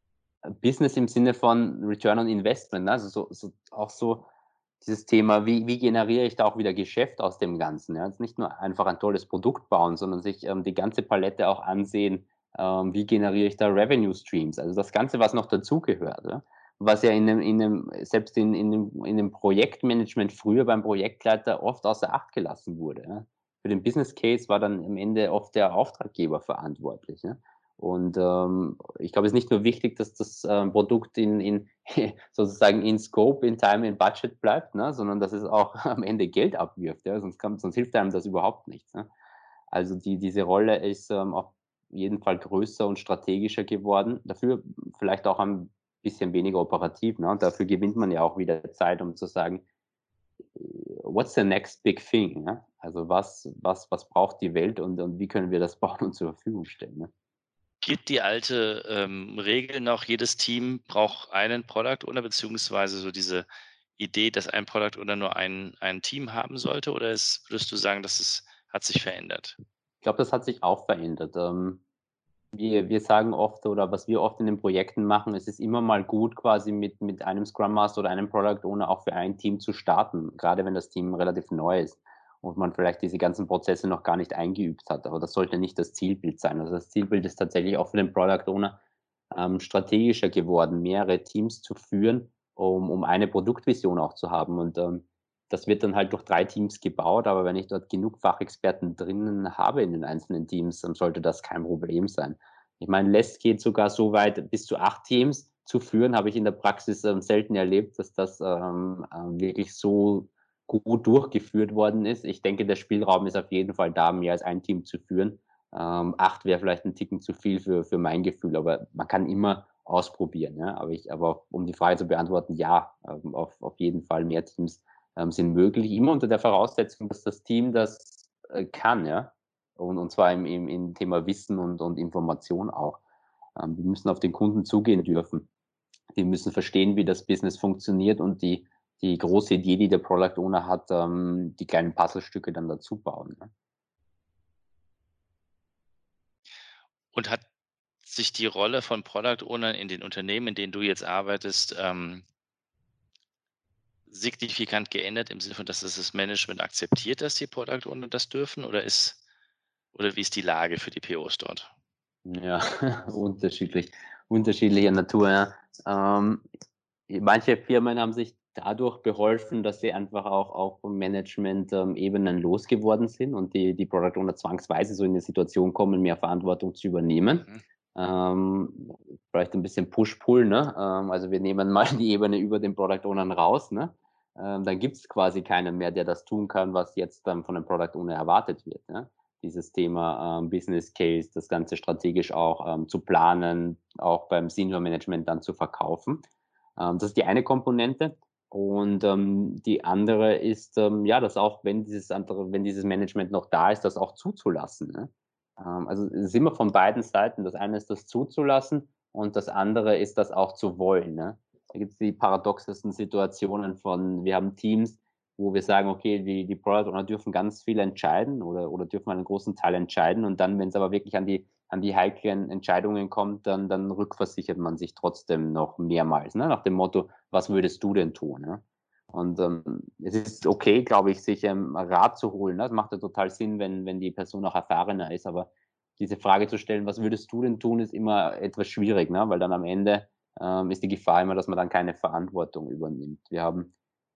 Business im Sinne von Return on Investment, ne? Also so auch so dieses Thema, wie generiere ich da auch wieder Geschäft aus dem Ganzen, ja? Jetzt nicht nur einfach ein tolles Produkt bauen, sondern sich, die ganze Palette auch ansehen, wie generiere ich da Revenue Streams? Also das Ganze, was noch dazugehört, ja? Was ja in 'nem selbst in dem Projektmanagement früher beim Projektleiter oft außer Acht gelassen wurde, ja? Für den Business Case war dann am Ende oft der Auftraggeber verantwortlich, ja? Und, ich glaube, es ist nicht nur wichtig, dass das, Produkt in sozusagen in Scope, in Time, in Budget bleibt, ne, sondern dass es auch am Ende Geld abwirft, ja, sonst hilft einem das überhaupt nichts, ne? Also, diese Rolle ist, auf jeden Fall größer und strategischer geworden. Dafür vielleicht auch ein bisschen weniger operativ, ne? Und dafür gewinnt man ja auch wieder Zeit, um zu sagen: „What's the next big thing“, ne? Also, was braucht die Welt und wie können wir das bauen und zur Verfügung stellen, ne? Gilt die alte, Regel noch, jedes Team braucht einen Product Owner, beziehungsweise so diese Idee, dass ein Product Owner nur ein Team haben sollte, oder würdest du sagen, hat sich verändert? Ich glaube, das hat sich auch verändert. Wir sagen oft oder was wir oft in den Projekten machen, es ist immer mal gut, quasi mit einem Scrum Master oder einem Product Owner auch für ein Team zu starten, gerade wenn das Team relativ neu ist und man vielleicht diese ganzen Prozesse noch gar nicht eingeübt hat. Aber das sollte nicht das Zielbild sein. Also, das Zielbild ist tatsächlich auch für den Product Owner, strategischer geworden, mehrere Teams zu führen, um eine Produktvision auch zu haben. Und, das wird dann halt durch 3 Teams gebaut, aber wenn ich dort genug Fachexperten drinnen habe in den einzelnen Teams, dann sollte das kein Problem sein. Ich meine, Less geht sogar so weit, bis zu 8 Teams zu führen, habe ich in der Praxis, selten erlebt, dass das, wirklich so gut durchgeführt worden ist. Ich denke, der Spielraum ist auf jeden Fall da, mehr als ein Team zu führen. 8 wäre vielleicht ein Ticken zu viel für mein Gefühl, aber man kann immer ausprobieren, ja. Aber um die Frage zu beantworten, ja, auf jeden Fall mehr Teams, sind möglich, immer unter der Voraussetzung, dass das Team das, kann, ja. Und zwar im Thema Wissen und Information auch. Die müssen auf den Kunden zugehen dürfen. Die müssen verstehen, wie das Business funktioniert und die große Idee, die der Product Owner hat, die kleinen Puzzlestücke dann dazu bauen, ne? Und hat sich die Rolle von Product Ownern in den Unternehmen, in denen du jetzt arbeitest, signifikant geändert im Sinne von, dass das Management akzeptiert, dass die Product Owner das dürfen, oder wie ist die Lage für die POs dort? Ja, unterschiedlicher Natur, ja. Manche Firmen haben sich dadurch beholfen, dass sie einfach auch auf Management, Ebenen losgeworden sind und die Product Owner zwangsweise so in die Situation kommen, mehr Verantwortung zu übernehmen. Mhm. Vielleicht ein bisschen Push-Pull, ne? Also, wir nehmen mal die Ebene über den Product Ownern raus, ne? Dann gibt's quasi keinen mehr, der das tun kann, was jetzt, von dem Product Owner erwartet wird, ja? Dieses Thema, Business Case, das Ganze strategisch auch, zu planen, auch beim Senior Management dann zu verkaufen. Das ist die eine Komponente. Und, die andere ist, ja, dass auch wenn dieses Management noch da ist, das auch zuzulassen, ne? Also, es ist immer von beiden Seiten. Das eine ist das zuzulassen und das andere ist das auch zu wollen, ne? Da gibt's die paradoxesten Situationen von wir haben Teams, wo wir sagen: „Okay, die Product Owner dürfen ganz viel entscheiden oder dürfen einen großen Teil entscheiden.“ Und dann, wenn es aber wirklich an die heiklen Entscheidungen kommt, dann rückversichert man sich trotzdem noch mehrmals, ne, nach dem Motto: „Was würdest du denn tun“, ne? Und, es ist okay, glaube ich, sich, Rat zu holen, ne? Das macht ja total Sinn, wenn die Person auch erfahrener ist, aber diese Frage zu stellen: „Was würdest du denn tun?“, ist immer etwas schwierig, ne, weil dann am Ende, ist die Gefahr immer, dass man dann keine Verantwortung übernimmt. Wir haben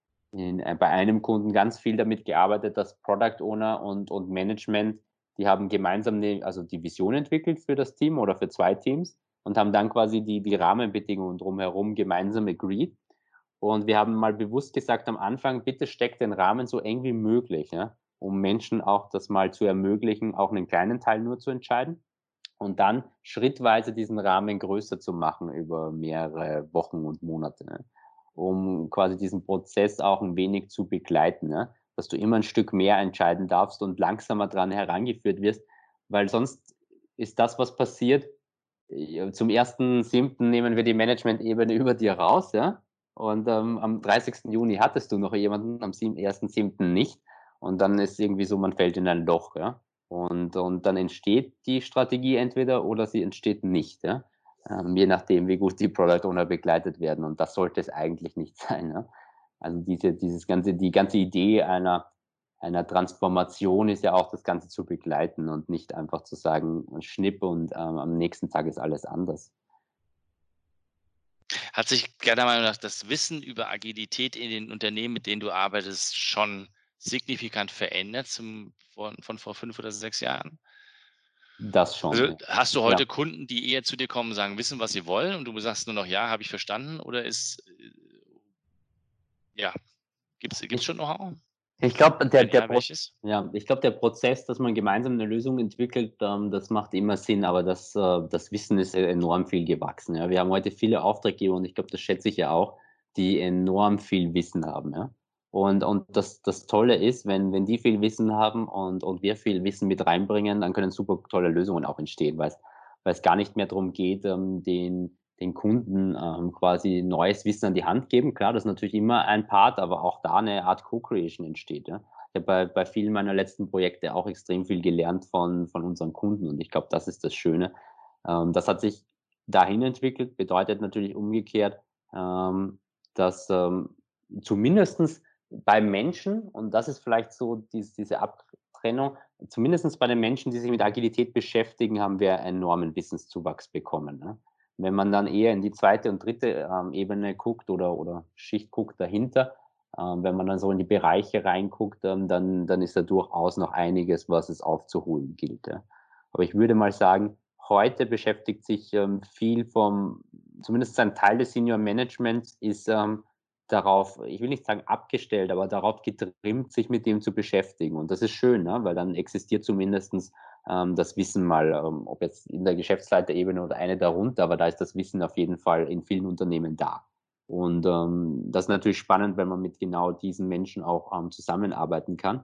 bei einem Kunden ganz viel damit gearbeitet, dass Product Owner und Management, die haben gemeinsam die Vision entwickelt für das Team oder für 2 Teams und haben dann quasi die Rahmenbedingungen drumherum gemeinsam agreed. Und wir haben mal bewusst gesagt am Anfang: „Bitte steckt den Rahmen so eng wie möglich“, ja, um Menschen auch das mal zu ermöglichen, auch einen kleinen Teil nur zu entscheiden und dann schrittweise diesen Rahmen größer zu machen über mehrere Wochen und Monate, ne? Um quasi diesen Prozess auch ein wenig zu begleiten, ne? Dass du immer ein Stück mehr entscheiden darfst und langsamer dran herangeführt wirst, weil sonst ist das, was passiert, zum 1.7. nehmen wir die Management-Ebene über dir raus, ja? Und, am 30. Juni hattest du noch jemanden, am 1.7. nicht. Und dann ist irgendwie so, man fällt in ein Loch, ja? Und dann entsteht die Strategie entweder oder sie entsteht nicht, ja? je nachdem, wie gut die Product Owner begleitet werden. Und das sollte es eigentlich nicht sein. Ne? Also die ganze Idee einer Transformation ist ja auch, das Ganze zu begleiten und nicht einfach zu sagen, Schnipp und am nächsten Tag ist alles anders. Hat sich deiner Meinung nach das Wissen über Agilität in den Unternehmen, mit denen du arbeitest, schon signifikant verändert von vor 5 oder 6 Jahren? Das schon, Also, ja. hast du Ja. heute Kunden, die eher zu dir kommen und sagen, wissen, was sie wollen und du sagst nur noch: „Ja, habe ich verstanden“, oder ja, gibt's Ich schon Know-how? Ich glaube, Und wenn ja, welches? der Prozess, dass man gemeinsam eine Lösung entwickelt, das macht immer Sinn, aber das Wissen ist enorm viel gewachsen, ja. Wir haben heute viele Auftraggeber und ich glaube, das schätze ich ja auch, die enorm viel Wissen haben, ja. Und das Tolle ist, wenn die viel Wissen haben und wir viel Wissen mit reinbringen, dann können super tolle Lösungen auch entstehen, weil's gar nicht mehr darum geht, den Kunden quasi neues Wissen an die Hand geben. Klar, das ist natürlich immer ein Part, aber auch da eine Art Co-Creation entsteht, ja. Ich habe bei vielen meiner letzten Projekte auch extrem viel gelernt von unseren Kunden und ich glaube, das ist das Schöne. Das hat sich dahin entwickelt, bedeutet natürlich umgekehrt, ähm, dass zumindestens beim Menschen, und das ist vielleicht so diese Abtrennung, zumindestens bei den Menschen, die sich mit Agilität beschäftigen, haben wir enormen Wissenszuwachs bekommen, ne? Wenn man dann eher in die zweite und dritte Ebene guckt oder Schicht guckt dahinter, wenn man dann so in die Bereiche reinguckt, dann ist da durchaus noch einiges, was es aufzuholen gilt, ja. Aber ich würde mal sagen, heute beschäftigt sich viel vom zumindest ein Teil des Senior Managements ist darauf, ich will nicht sagen abgestellt, aber darauf getrimmt, sich mit dem zu beschäftigen. Und das ist schön, ne? Weil dann existiert zumindestens das Wissen mal, ob jetzt in der Geschäftsleiterebene oder eine darunter, aber da ist das Wissen auf jeden Fall in vielen Unternehmen da. Und das ist natürlich spannend, wenn man mit genau diesen Menschen auch zusammenarbeiten kann.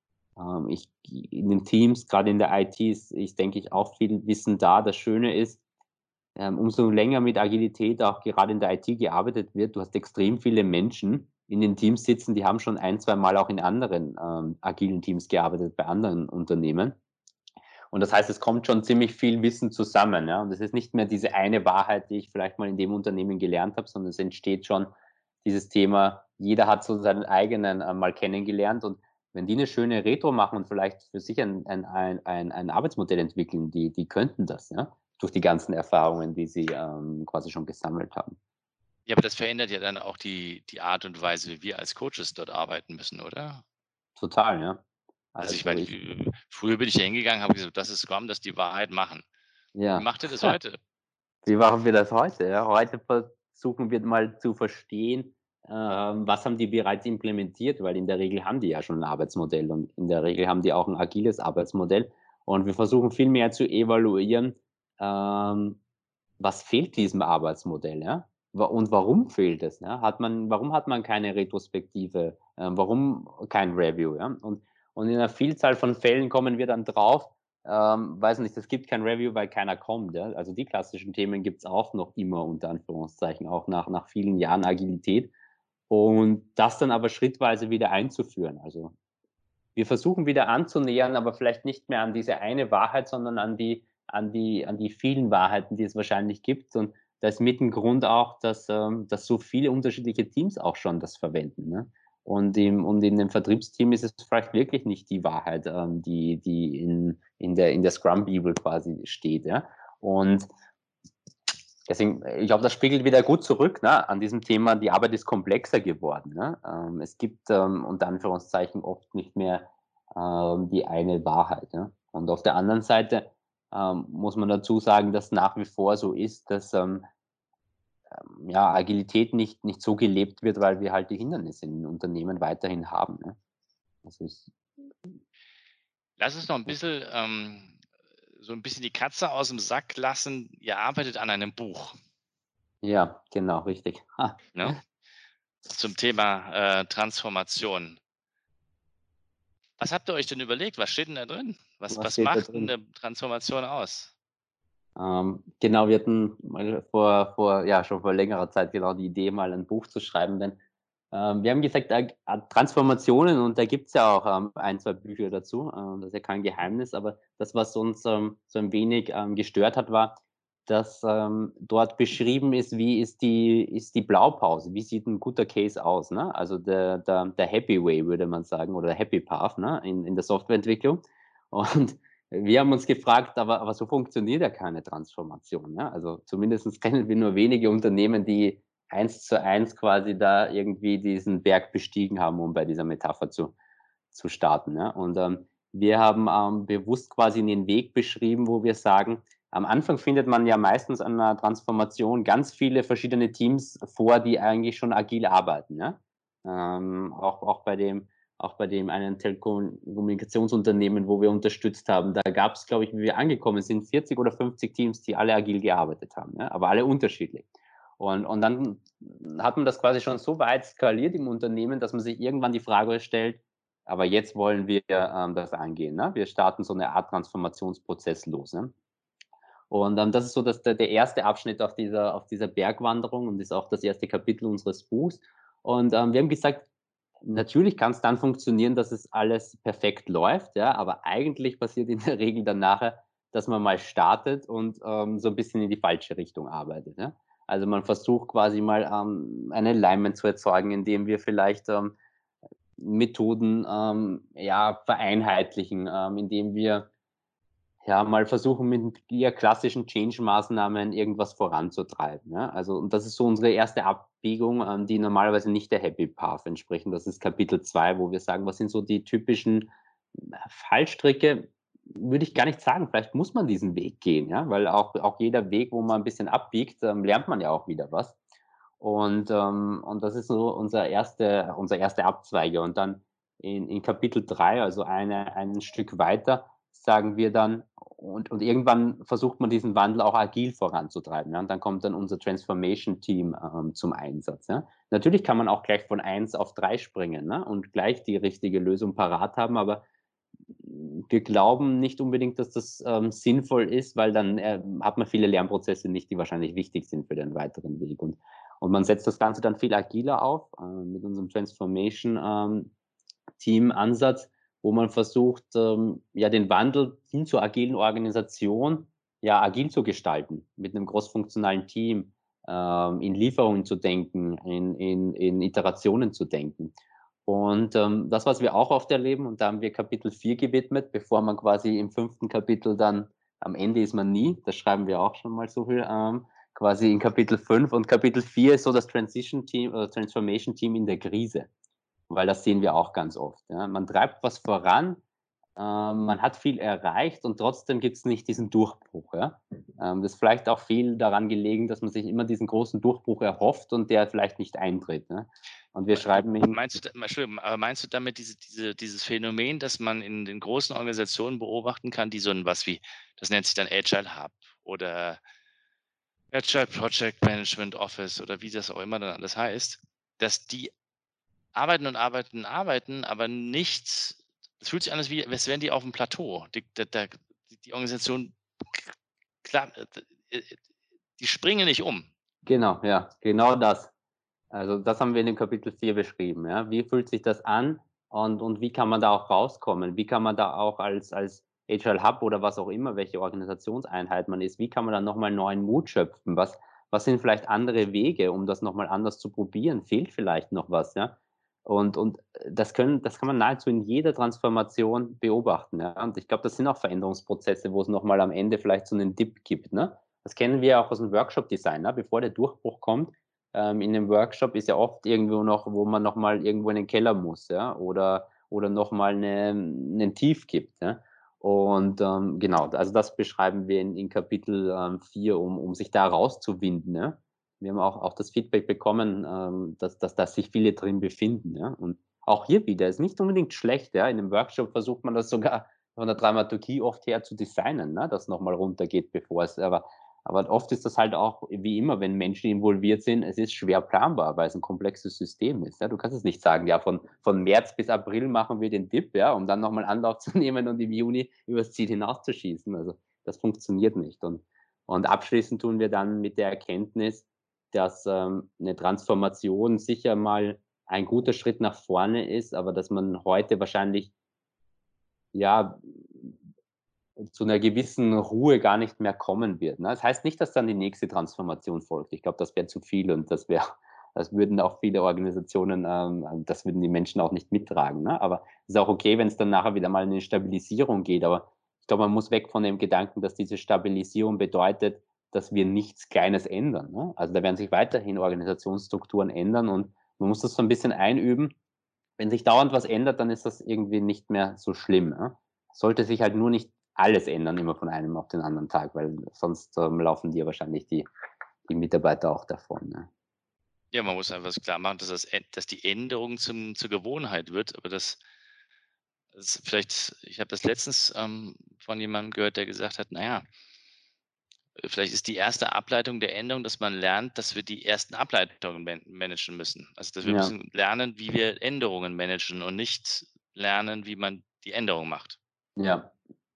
In den Teams, gerade in der IT, ist, denke ich, auch viel Wissen da. Das Schöne ist, umso länger mit Agilität auch gerade in der IT gearbeitet wird, du hast extrem viele Menschen in den Teams sitzen, die haben schon ein, zwei Mal auch in anderen agilen Teams gearbeitet, bei anderen Unternehmen. Und das heißt, es kommt schon ziemlich viel Wissen zusammen, ja. Und es ist nicht mehr diese eine Wahrheit, die ich vielleicht mal in dem Unternehmen gelernt habe, sondern es entsteht schon dieses Thema, jeder hat so seinen eigenen mal kennengelernt. Und wenn die eine schöne Retro machen und vielleicht für sich ein Arbeitsmodell entwickeln, die könnten das, ja, durch die ganzen Erfahrungen, die sie quasi schon gesammelt haben. Ja, aber das verändert ja dann auch die Art und Weise, wie wir als Coaches dort arbeiten müssen, oder? Total, ja. Also, ich Also meine, ich früher bin ich da hingegangen, habe gesagt: „Das ist Scrum, das ist die Wahrheit, machen.“ Wie ja. macht ihr das heute? Wie machen wir das heute? Ja, heute versuchen wir mal zu verstehen, was haben die bereits implementiert, weil in der Regel haben die ja schon ein Arbeitsmodell und in der Regel haben die auch ein agiles Arbeitsmodell. Und wir versuchen viel mehr zu evaluieren, ähm, was fehlt diesem Arbeitsmodell, ja? Und warum fehlt es, ja? Warum hat man keine Retrospektive? Warum kein Review, ja? Und in einer Vielzahl von Fällen kommen wir dann drauf, weiß nicht, es gibt kein Review, weil keiner kommt, ja. Also, die klassischen Themen gibt's auch noch immer unter Anführungszeichen, auch nach vielen Jahren Agilität. Und das dann aber schrittweise wieder einzuführen. Also, wir versuchen wieder anzunähern, aber vielleicht nicht mehr an diese eine Wahrheit, sondern an die vielen Wahrheiten, die es wahrscheinlich gibt. Und da ist mit 'n Grund auch, dass so viele unterschiedliche Teams auch schon das verwenden, ne? Und in dem Vertriebsteam ist es vielleicht wirklich nicht die Wahrheit, die in der Scrum-Bibel quasi steht, ja? Und deswegen, ich glaube, das spiegelt wieder gut zurück, ne, an diesem Thema, die Arbeit ist komplexer geworden, ne? Es gibt, unter Anführungszeichen oft nicht mehr, die eine Wahrheit, ja? Und auf der anderen Seite, muss man dazu sagen, dass nach wie vor so ist, dass, ja, Agilität nicht so gelebt wird, weil wir halt die Hindernisse in den Unternehmen weiterhin haben, ne? Das ist Lass uns noch ein bisschen so ein bisschen die Katze aus dem Sack lassen. Ihr arbeitet an einem Buch, ja, genau, richtig. Ha, ne, zum Thema, Transformation. Was habt ihr euch denn überlegt? Was steht denn da drin? Was was was steht da macht 'n drin? 'ne Transformation aus? Genau, wir hatten mal ja, schon vor längerer Zeit genau die Idee, mal ein Buch zu schreiben, denn, wir haben gesagt, Transformationen und da gibt's ja auch, 1, 2 Bücher dazu, das ist ja kein Geheimnis, aber das, was uns, so ein wenig, gestört hat, war, dass dort beschrieben ist, wie ist die Blaupause, wie sieht ein guter Case aus, ne? Also der Happy Way, würde man sagen, oder der Happy Path, ne, in der Softwareentwicklung. Und wir haben uns gefragt, aber so funktioniert ja keine Transformation, ne? Also zumindest kennen wir nur wenige Unternehmen, die eins zu eins quasi da irgendwie diesen Berg bestiegen haben, um bei dieser Metapher zu starten, ne? Und wir haben bewusst quasi den Weg beschrieben, wo wir sagen, am Anfang findet man ja meistens an einer Transformation ganz viele verschiedene Teams vor, die eigentlich schon agil arbeiten, ja? Auch bei dem einen Telekommunikationsunternehmen, wo wir unterstützt haben, da gab es, glaube ich, wie wir angekommen sind, 40 oder 50 Teams, die alle agil gearbeitet haben, ja? Aber alle unterschiedlich. Und dann hat man das quasi schon so weit skaliert im Unternehmen, dass man sich irgendwann die Frage stellt, aber jetzt wollen wir das angehen, ne? Wir starten so eine Art Transformationsprozess los, ne? Und das ist so der erste Abschnitt auf dieser Bergwanderung und ist auch das erste Kapitel unseres Buchs. Und wir haben gesagt, natürlich kann es dann funktionieren, dass es alles perfekt läuft, ja, aber eigentlich passiert in der Regel dann nachher, dass man mal startet und so ein bisschen in die falsche Richtung arbeitet. Ja. Also man versucht quasi mal ein Alignment zu erzeugen, indem wir vielleicht Methoden ja, vereinheitlichen, indem wir ja, mal versuchen, mit eher klassischen Change-Maßnahmen irgendwas voranzutreiben, ja? Also und das ist so unsere erste Abbiegung, die normalerweise nicht der Happy Path entsprechen. Das ist Kapitel 2, wo wir sagen, was sind so die typischen Fallstricke? Würde ich gar nicht sagen. Vielleicht muss man diesen Weg gehen, ja, weil auch jeder Weg, wo man ein bisschen abbiegt, lernt man ja auch wieder was. Und das ist so unser erste Abzweige. Und dann in Kapitel 3, also ein Stück weiter, sagen wir dann, und irgendwann versucht man diesen Wandel auch agil voranzutreiben. Ja? Und dann kommt dann unser Transformation-Team zum Einsatz. Ja? Natürlich kann man auch gleich von 1 auf 3 springen, ne? Und gleich die richtige Lösung parat haben, aber wir glauben nicht unbedingt, dass das sinnvoll ist, weil dann hat man viele Lernprozesse nicht, die wahrscheinlich wichtig sind für den weiteren Weg. Und man setzt das Ganze dann viel agiler auf mit unserem Transformation-Team-Ansatz, wo man versucht, ja, den Wandel hin zur agilen Organisation ja agil zu gestalten, mit einem großfunktionalen Team, in Lieferungen zu denken, in Iterationen zu denken. Und das, was wir auch oft erleben, und da haben wir Kapitel 4 gewidmet, bevor man quasi im 5. Kapitel dann, am Ende ist man nie, das schreiben wir auch schon mal so viel, quasi in Kapitel 5 und Kapitel 4 ist so das Transition Team oder Transformation Team in der Krise, weil das sehen wir auch ganz oft. Ja. Man treibt was voran, man hat viel erreicht und trotzdem gibt es nicht diesen Durchbruch. Ja. Das ist vielleicht auch viel daran gelegen, dass man sich immer diesen großen Durchbruch erhofft und der vielleicht nicht eintritt. Ne? Und wir schreiben in, Entschuldigung, aber meinst du damit dieses Phänomen, das man in den großen Organisationen beobachten kann, die so ein was wie, das nennt sich dann Agile Hub oder Agile Project Management Office oder wie das auch immer dann alles heißt, dass die arbeiten und arbeiten und arbeiten, aber nicht, es fühlt sich an, als wären die auf dem Plateau. Die Organisation, klar, die springen nicht um. genau, ja, genau das. Also das haben wir in dem Kapitel 4 beschrieben. Ja. Wie fühlt sich das an und wie kann man da auch rauskommen? Wie kann man da auch als Agile Hub oder was auch immer, welche Organisationseinheit man ist, wie kann man da nochmal neuen Mut schöpfen? Was sind vielleicht andere Wege, um das nochmal anders zu probieren? Fehlt vielleicht noch was? Ja? Und das kann man nahezu in jeder Transformation beobachten. Ja? Und ich glaube, das sind auch Veränderungsprozesse, wo es nochmal am Ende vielleicht so einen Dip gibt. Ne? Das kennen wir auch aus dem Workshop-Design. Ne? Bevor der Durchbruch kommt, in dem Workshop ist ja oft irgendwo noch, wo man noch mal irgendwo in den Keller muss, ja, oder noch mal 'nen Tief gibt, ja. Und genau, also das beschreiben wir in Kapitel 4, um sich da rauszuwinden, ja. Wir haben auch das Feedback bekommen, dass sich viele drin befinden, ja. Und auch hier wieder, ist nicht unbedingt schlecht, ja. In 'nem Workshop versucht man das sogar von der Dramaturgie oft her zu designen, ne, dass noch mal runtergeht, bevor es aber oft ist das halt auch wie immer, wenn Menschen involviert sind, es ist schwer planbar, weil es ein komplexes System ist, ja. Du kannst es nicht sagen: „Ja, von März bis April machen wir den Dip, ja, um dann noch mal Anlauf zu nehmen und im Juni übers Ziel hinauszuschießen.“ Also, das funktioniert nicht. Und abschließend tun wir dann mit der Erkenntnis, dass 'ne Transformation sicher mal ein guter Schritt nach vorne ist, aber dass man heute wahrscheinlich, ja, zu einer gewissen Ruhe gar nicht mehr kommen wird, ne? Das heißt nicht, dass dann die nächste Transformation folgt. Ich glaube, das wäre zu viel und das würden auch viele Organisationen, das würden die Menschen auch nicht mittragen, ne? Aber es ist auch okay, wenn es dann nachher wieder mal in 'ne Stabilisierung geht, aber ich glaube, man muss weg von dem Gedanken, dass diese Stabilisierung bedeutet, dass wir nichts Kleines ändern, ne? Also, da werden sich weiterhin Organisationsstrukturen ändern und man muss das so ein bisschen einüben. Wenn sich dauernd was ändert, dann ist das irgendwie nicht mehr so schlimm, ne? Sollte sich halt nur nicht alles ändern, immer von einem auf den anderen Tag, weil sonst, laufen dir wahrscheinlich die Mitarbeiter auch davon, ne? Ja, man muss einfach klar machen, dass die Änderung zur Gewohnheit wird, aber das vielleicht ich habe das letztens, von jemandem gehört, der gesagt hat: „Na ja, vielleicht ist die erste Ableitung der Änderung, dass man lernt, dass wir die ersten Ableitungen managen müssen. Also, dass wir Ja, müssen lernen, wie wir Änderungen managen und nicht lernen, wie man die Änderung macht.“ ja,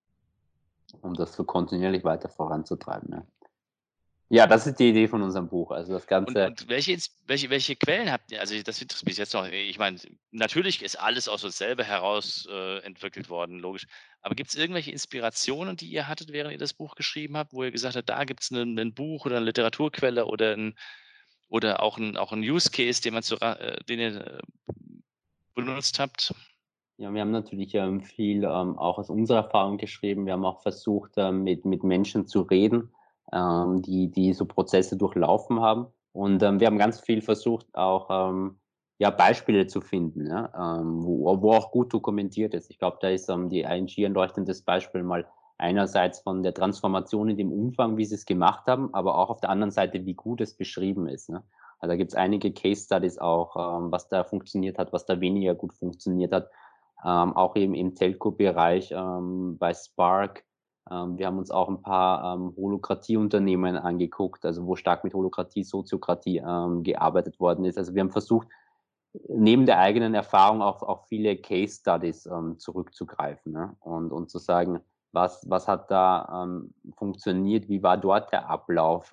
um das so kontinuierlich weiter voranzutreiben, ja. Ja, das ist die Idee von unserem Buch. Also, das Ganze. Und welche Quellen habt ihr? Also, das interessiert mich jetzt noch. Ich meine, natürlich ist alles aus uns selber heraus, entwickelt worden, logisch. Aber gibt es irgendwelche Inspirationen, die ihr hattet, während ihr das Buch geschrieben habt, wo ihr gesagt habt, da gibt's 'nen Buch oder eine Literaturquelle oder auch 'n Use Case, den ihr, benutzt habt? Ja, wir haben natürlich, viel, auch aus unserer Erfahrung geschrieben. Wir haben auch versucht, mit Menschen zu reden, die so Prozesse durchlaufen haben. Und, wir haben ganz viel versucht, auch, ja, Beispiele zu finden, ja, wo auch gut dokumentiert ist. Ich glaube, da ist, die ING ein leuchtendes Beispiel mal einerseits von der Transformation in dem Umfang, wie sie es gemacht haben, aber auch auf der anderen Seite, wie gut es beschrieben ist, ne? Also, da gibt's einige Case Studies auch, was da funktioniert hat, was da weniger gut funktioniert hat, auch eben im Telco-Bereich, bei Spark. Wir haben uns auch ein paar, Holokratie-Unternehmen angeguckt, also wo stark mit Holokratie, Soziokratie, gearbeitet worden ist. Also, wir haben versucht, neben der eigenen Erfahrung auf viele Case Studies, zurückzugreifen, ne? Und zu sagen: „Was hat da, funktioniert? Wie war dort der Ablauf?“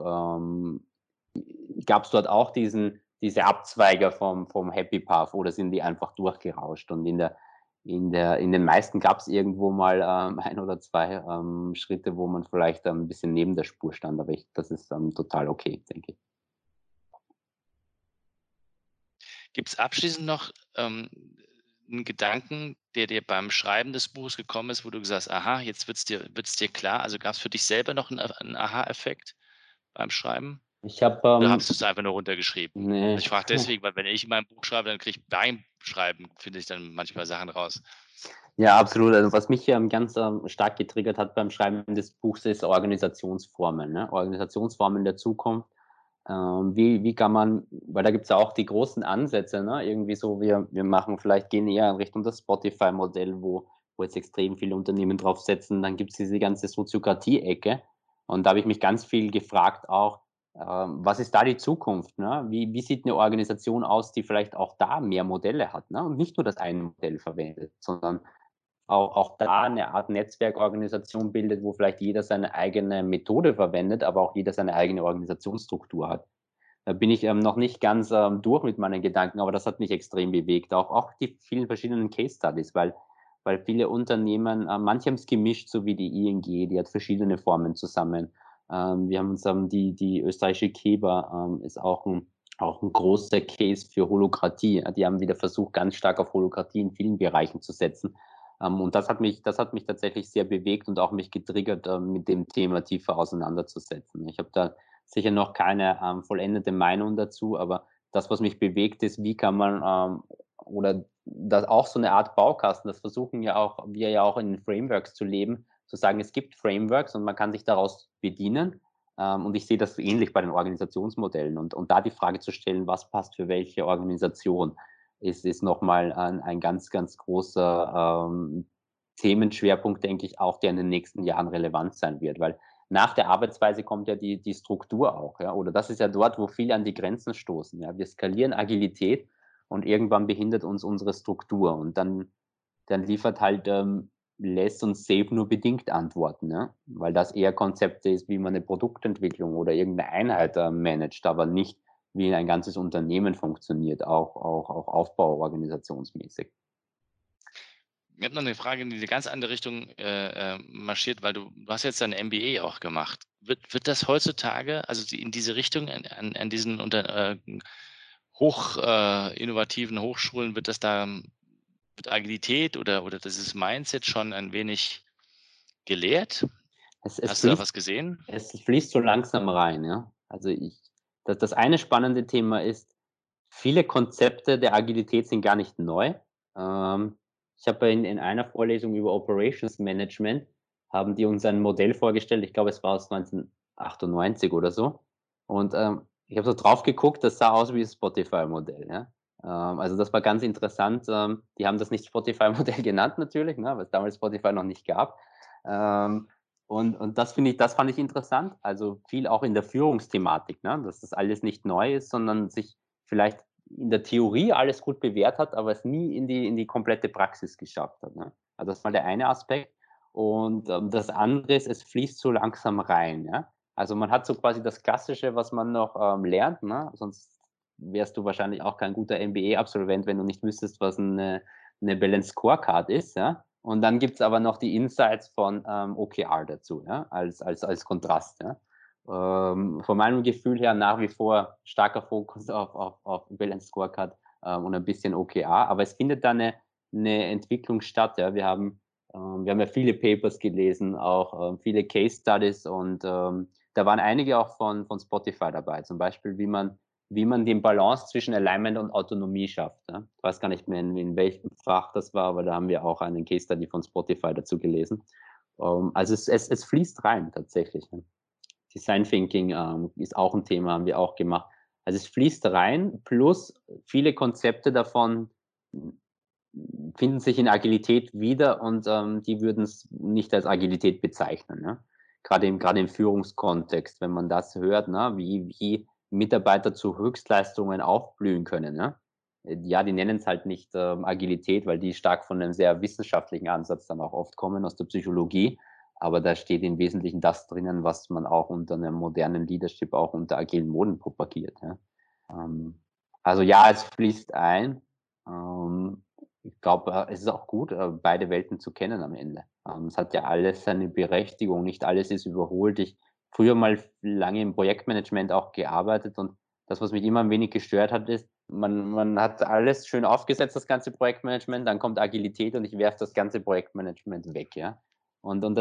Gab es dort auch diese Abzweiger vom Happy Path oder sind die einfach durchgerauscht? Und in den meisten gab es irgendwo mal, 1 oder 2 Schritte, wo man vielleicht, 'n bisschen neben der Spur stand, aber das ist, total okay, denke ich. Gibt es abschließend noch, 'n Gedanken, der dir beim Schreiben des Buches gekommen ist, wo du gesagt hast: „Aha, jetzt wird's dir klar.“ Also, gab es für dich selber noch 'n Aha-Effekt beim Schreiben? Ich habe, Oder hast du es einfach nur runtergeschrieben? ne. Also, ich frage deswegen, weil wenn ich in meinem Buch schreibe, dann kriege ich beim Schreiben finde ich dann manchmal Sachen raus. Ja, absolut. Also, was mich, ganz, stark getriggert hat beim Schreiben des Buchs, ist Organisationsformen, ne? Organisationsformen der Zukunft. Wie kann man, weil da gibt's ja auch die großen Ansätze, ne? Irgendwie so, wir machen vielleicht gehen eher in Richtung das Spotify-Modell, wo jetzt extrem viele Unternehmen drauf setzen. Dann gibt's diese ganze Soziokratie-Ecke. Und da habe ich mich ganz viel gefragt auch, was ist da die Zukunft, ne? Wie sieht eine Organisation aus, die vielleicht auch da mehr Modelle hat, ne? Und nicht nur das eine Modell verwendet, sondern auch da eine Art Netzwerkorganisation bildet, wo vielleicht jeder seine eigene Methode verwendet, aber auch jeder seine eigene Organisationsstruktur hat. Da bin ich, noch nicht ganz, durch mit meinen Gedanken, aber das hat mich extrem bewegt. Auch die vielen verschiedenen Case Studies, weil viele Unternehmen, manche haben's gemischt, so wie die ING, die hat verschiedene Formen zusammen. Wir haben uns, die österreichische Keber, ist auch ein großer Case für Holokratie. Die haben wieder versucht, ganz stark auf Holokratie in vielen Bereichen zu setzen. Und das hat mich tatsächlich sehr bewegt und auch mich getriggert, mit dem Thema tiefer auseinanderzusetzen. Ich habe da sicher noch keine, vollendete Meinung dazu, aber das, was mich bewegt, ist, wie kann man, oder das auch so eine Art Baukasten, das versuchen ja auch wir ja auch in den Frameworks zu leben, zu sagen, es gibt Frameworks und man kann sich daraus bedienen. Und ich sehe das ähnlich bei den Organisationsmodellen und da die Frage zu stellen: „Was passt für welche Organisation?“ ist noch mal ein ganz, ganz großer, Themenschwerpunkt, denke ich auch, der in den nächsten Jahren relevant sein wird, weil nach der Arbeitsweise kommt ja die Struktur auch, ja, oder das ist ja dort, wo viele an die Grenzen stoßen, ja. Wir skalieren Agilität und irgendwann behindert uns unsere Struktur und dann liefert halt, lässt uns Safe nur bedingt antworten, ja, weil das eher Konzepte ist, wie man eine Produktentwicklung oder irgendeine Einheit, managt, aber nicht, wie ein ganzes Unternehmen funktioniert, auch aufbauorganisationsmäßig. Ich habe noch eine Frage, in die 'ne ganz andere Richtung, marschiert, weil du hast jetzt dein MBA auch gemacht. Wird das heutzutage, also in diese Richtung, an diesen innovativen Hochschulen, wird Agilität oder dieses Mindset schon ein wenig gelehrt? Es Hast du da fließt was gesehen? Es fließt so langsam rein, ja. Also, das eine spannende Thema ist, viele Konzepte der Agilität sind gar nicht neu. Ich habe in einer Vorlesung über Operations Management haben die uns ein Modell vorgestellt, ich glaube, es war aus 1998 oder so. Und, ich habe so drauf geguckt, das sah aus wie das Spotify-Modell, ja. Also, das war ganz interessant. Die haben das nicht Spotify-Modell genannt natürlich, ne, weil's damals Spotify noch nicht gab. Ähm, und das fand ich interessant, also viel auch in der Führungsthematik, ne, dass das alles nicht neu ist, sondern sich vielleicht in der Theorie alles gut bewährt hat, aber es nie in die komplette Praxis geschafft hat, ne? Also, das ist mal der eine Aspekt. Und, das andere ist, es fließt so langsam rein, ja? Also, man hat so quasi das Klassische, was man noch, lernt, ne? Sonst wärst du wahrscheinlich auch kein guter MBA-Absolvent, wenn du nicht wüsstest, was 'ne Balanced Scorecard ist, ja? Und dann gibt's aber noch die Insights von, OKR dazu, ja, als Kontrast, ja. Von meinem Gefühl her nach wie vor starker Fokus auf Balanced Scorecard, und ein bisschen OKR, aber es findet da 'ne Entwicklung statt, ja. Wir haben ja viele Papers gelesen, auch, viele Case Studies und, da waren einige auch von Spotify dabei, zum Beispiel, wie man den Balance zwischen Alignment und Autonomie schafft, ja. Ich weiß gar nicht mehr, in welchem Fach das war, aber da haben wir auch einen Case Study von Spotify dazu gelesen. Also es fließt rein tatsächlich, ne? Design Thinking, ist auch ein Thema, haben wir auch gemacht. Also, es fließt rein, plus viele Konzepte davon hm, finden sich in Agilität wieder und, die würden es nicht als Agilität bezeichnen, ne? Gerade im Führungskontext, wenn man das hört, ne, wie Mitarbeiter zu Höchstleistungen aufblühen können, ne? Ja, die nennen es halt nicht, Agilität, weil die stark von einem sehr wissenschaftlichen Ansatz dann auch oft kommen aus der Psychologie. Aber da steht im Wesentlichen das drinnen, was man auch unter einem modernen Leadership auch unter agilen Moden propagiert, ja. Ähm, also ja, es fließt ein. Ähm, Ich glaube, es ist auch gut, beide Welten zu kennen am Ende. Es hat ja alles seine Berechtigung, nicht alles ist überholt. Ich früher mal lange im Projektmanagement auch gearbeitet und das, was mich immer ein wenig gestört hat, ist, man hat alles schön aufgesetzt, das ganze Projektmanagement, dann kommt Agilität und ich werfe das ganze Projektmanagement weg, ja. Und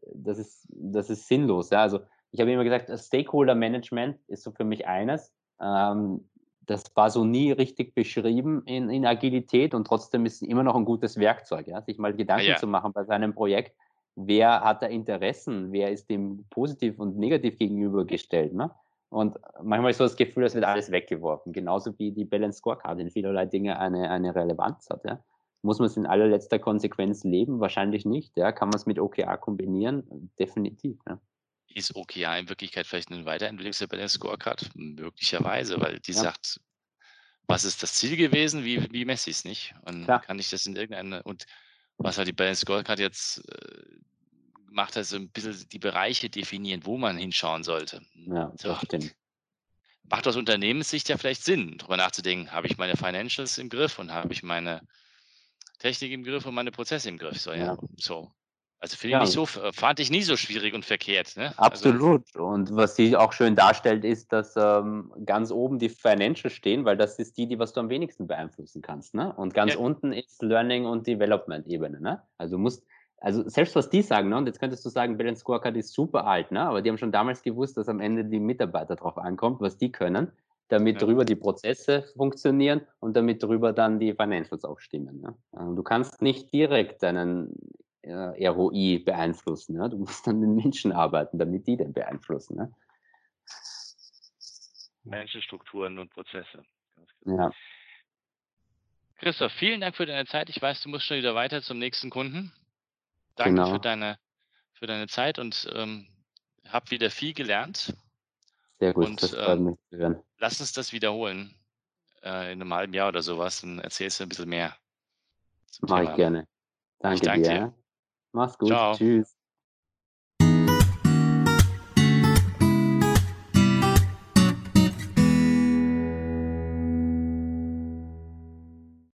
das ist sinnlos, ja. Also, ich habe immer gesagt, das Stakeholder Management ist so für mich eines. Ähm, Das war so nie richtig beschrieben in Agilität und trotzdem ist es immer noch ein gutes Werkzeug, ja, sich mal Ah Gedanken ja, zu machen bei seinem Projekt: Wer hat da Interessen? Wer ist dem positiv und negativ gegenübergestellt, ne? Und manchmal ist so das Gefühl, es wird alles weggeworfen, genauso wie die Balanced Scorecard in vielerlei Dinge eine Relevanz hat, ja. Muss man es in allerletzter Konsequenz leben? Wahrscheinlich nicht, ja. Kann man es mit OKR kombinieren? Definitiv, ja. ist OKR in Wirklichkeit vielleicht 'ne Weiterentwicklung der Scorecard? Möglicherweise, weil die Ja, sagt: „Was ist das Ziel gewesen? Wie messe ich's, nicht? Und klar. kann ich das in irgendeiner“, und was halt die Balanced Scorecard jetzt, gemacht hat, so 'n bisschen die Bereiche definieren, wo man hinschauen sollte. Ja, So, das stimmt. macht aus Unternehmenssicht ja vielleicht Sinn, drüber nachzudenken: „Habe ich meine Financials im Griff und habe ich meine Technik im Griff und meine Prozesse im Griff“, so, ja, Ja. so. Also, finde ich nicht Ja, so fand ich nie so schwierig und verkehrt, ne? Also, absolut. Und was sie auch schön darstellt, ist, dass, ganz oben die Financials stehen, weil das ist die, was du am wenigsten beeinflussen kannst, ne? Und ganz ja, unten ist Learning und Development-Ebene, ne? Also selbst was die sagen, ne, und jetzt könntest du sagen, Balance Scorecard ist super alt, ne? Aber die haben schon damals gewusst, dass am Ende die Mitarbeiter drauf ankommt, was die können, damit ja. drüber die Prozesse funktionieren und damit drüber dann die Financials auch stimmen, ne? Du kannst nicht direkt deinen ROI beeinflussen. Ja? Du musst an den Menschen arbeiten, damit die den beeinflussen. Ne? Menschen, Strukturen und Prozesse. Ganz genau. Ja, Christoph, vielen Dank für deine Zeit. Ich weiß, du musst schon wieder weiter zum nächsten Kunden. Danke genau. für deine Zeit und, habe wieder viel gelernt Sehr gut. und, Das freut mich zu hören. lass uns das wiederholen, in einem halben Jahr oder sowas. Dann erzählst du ein bisschen mehr zum Mache ich Thema. gerne. Ich Danke danke dir. dir. Ja? Mach's gut. Ciao. Tschüss.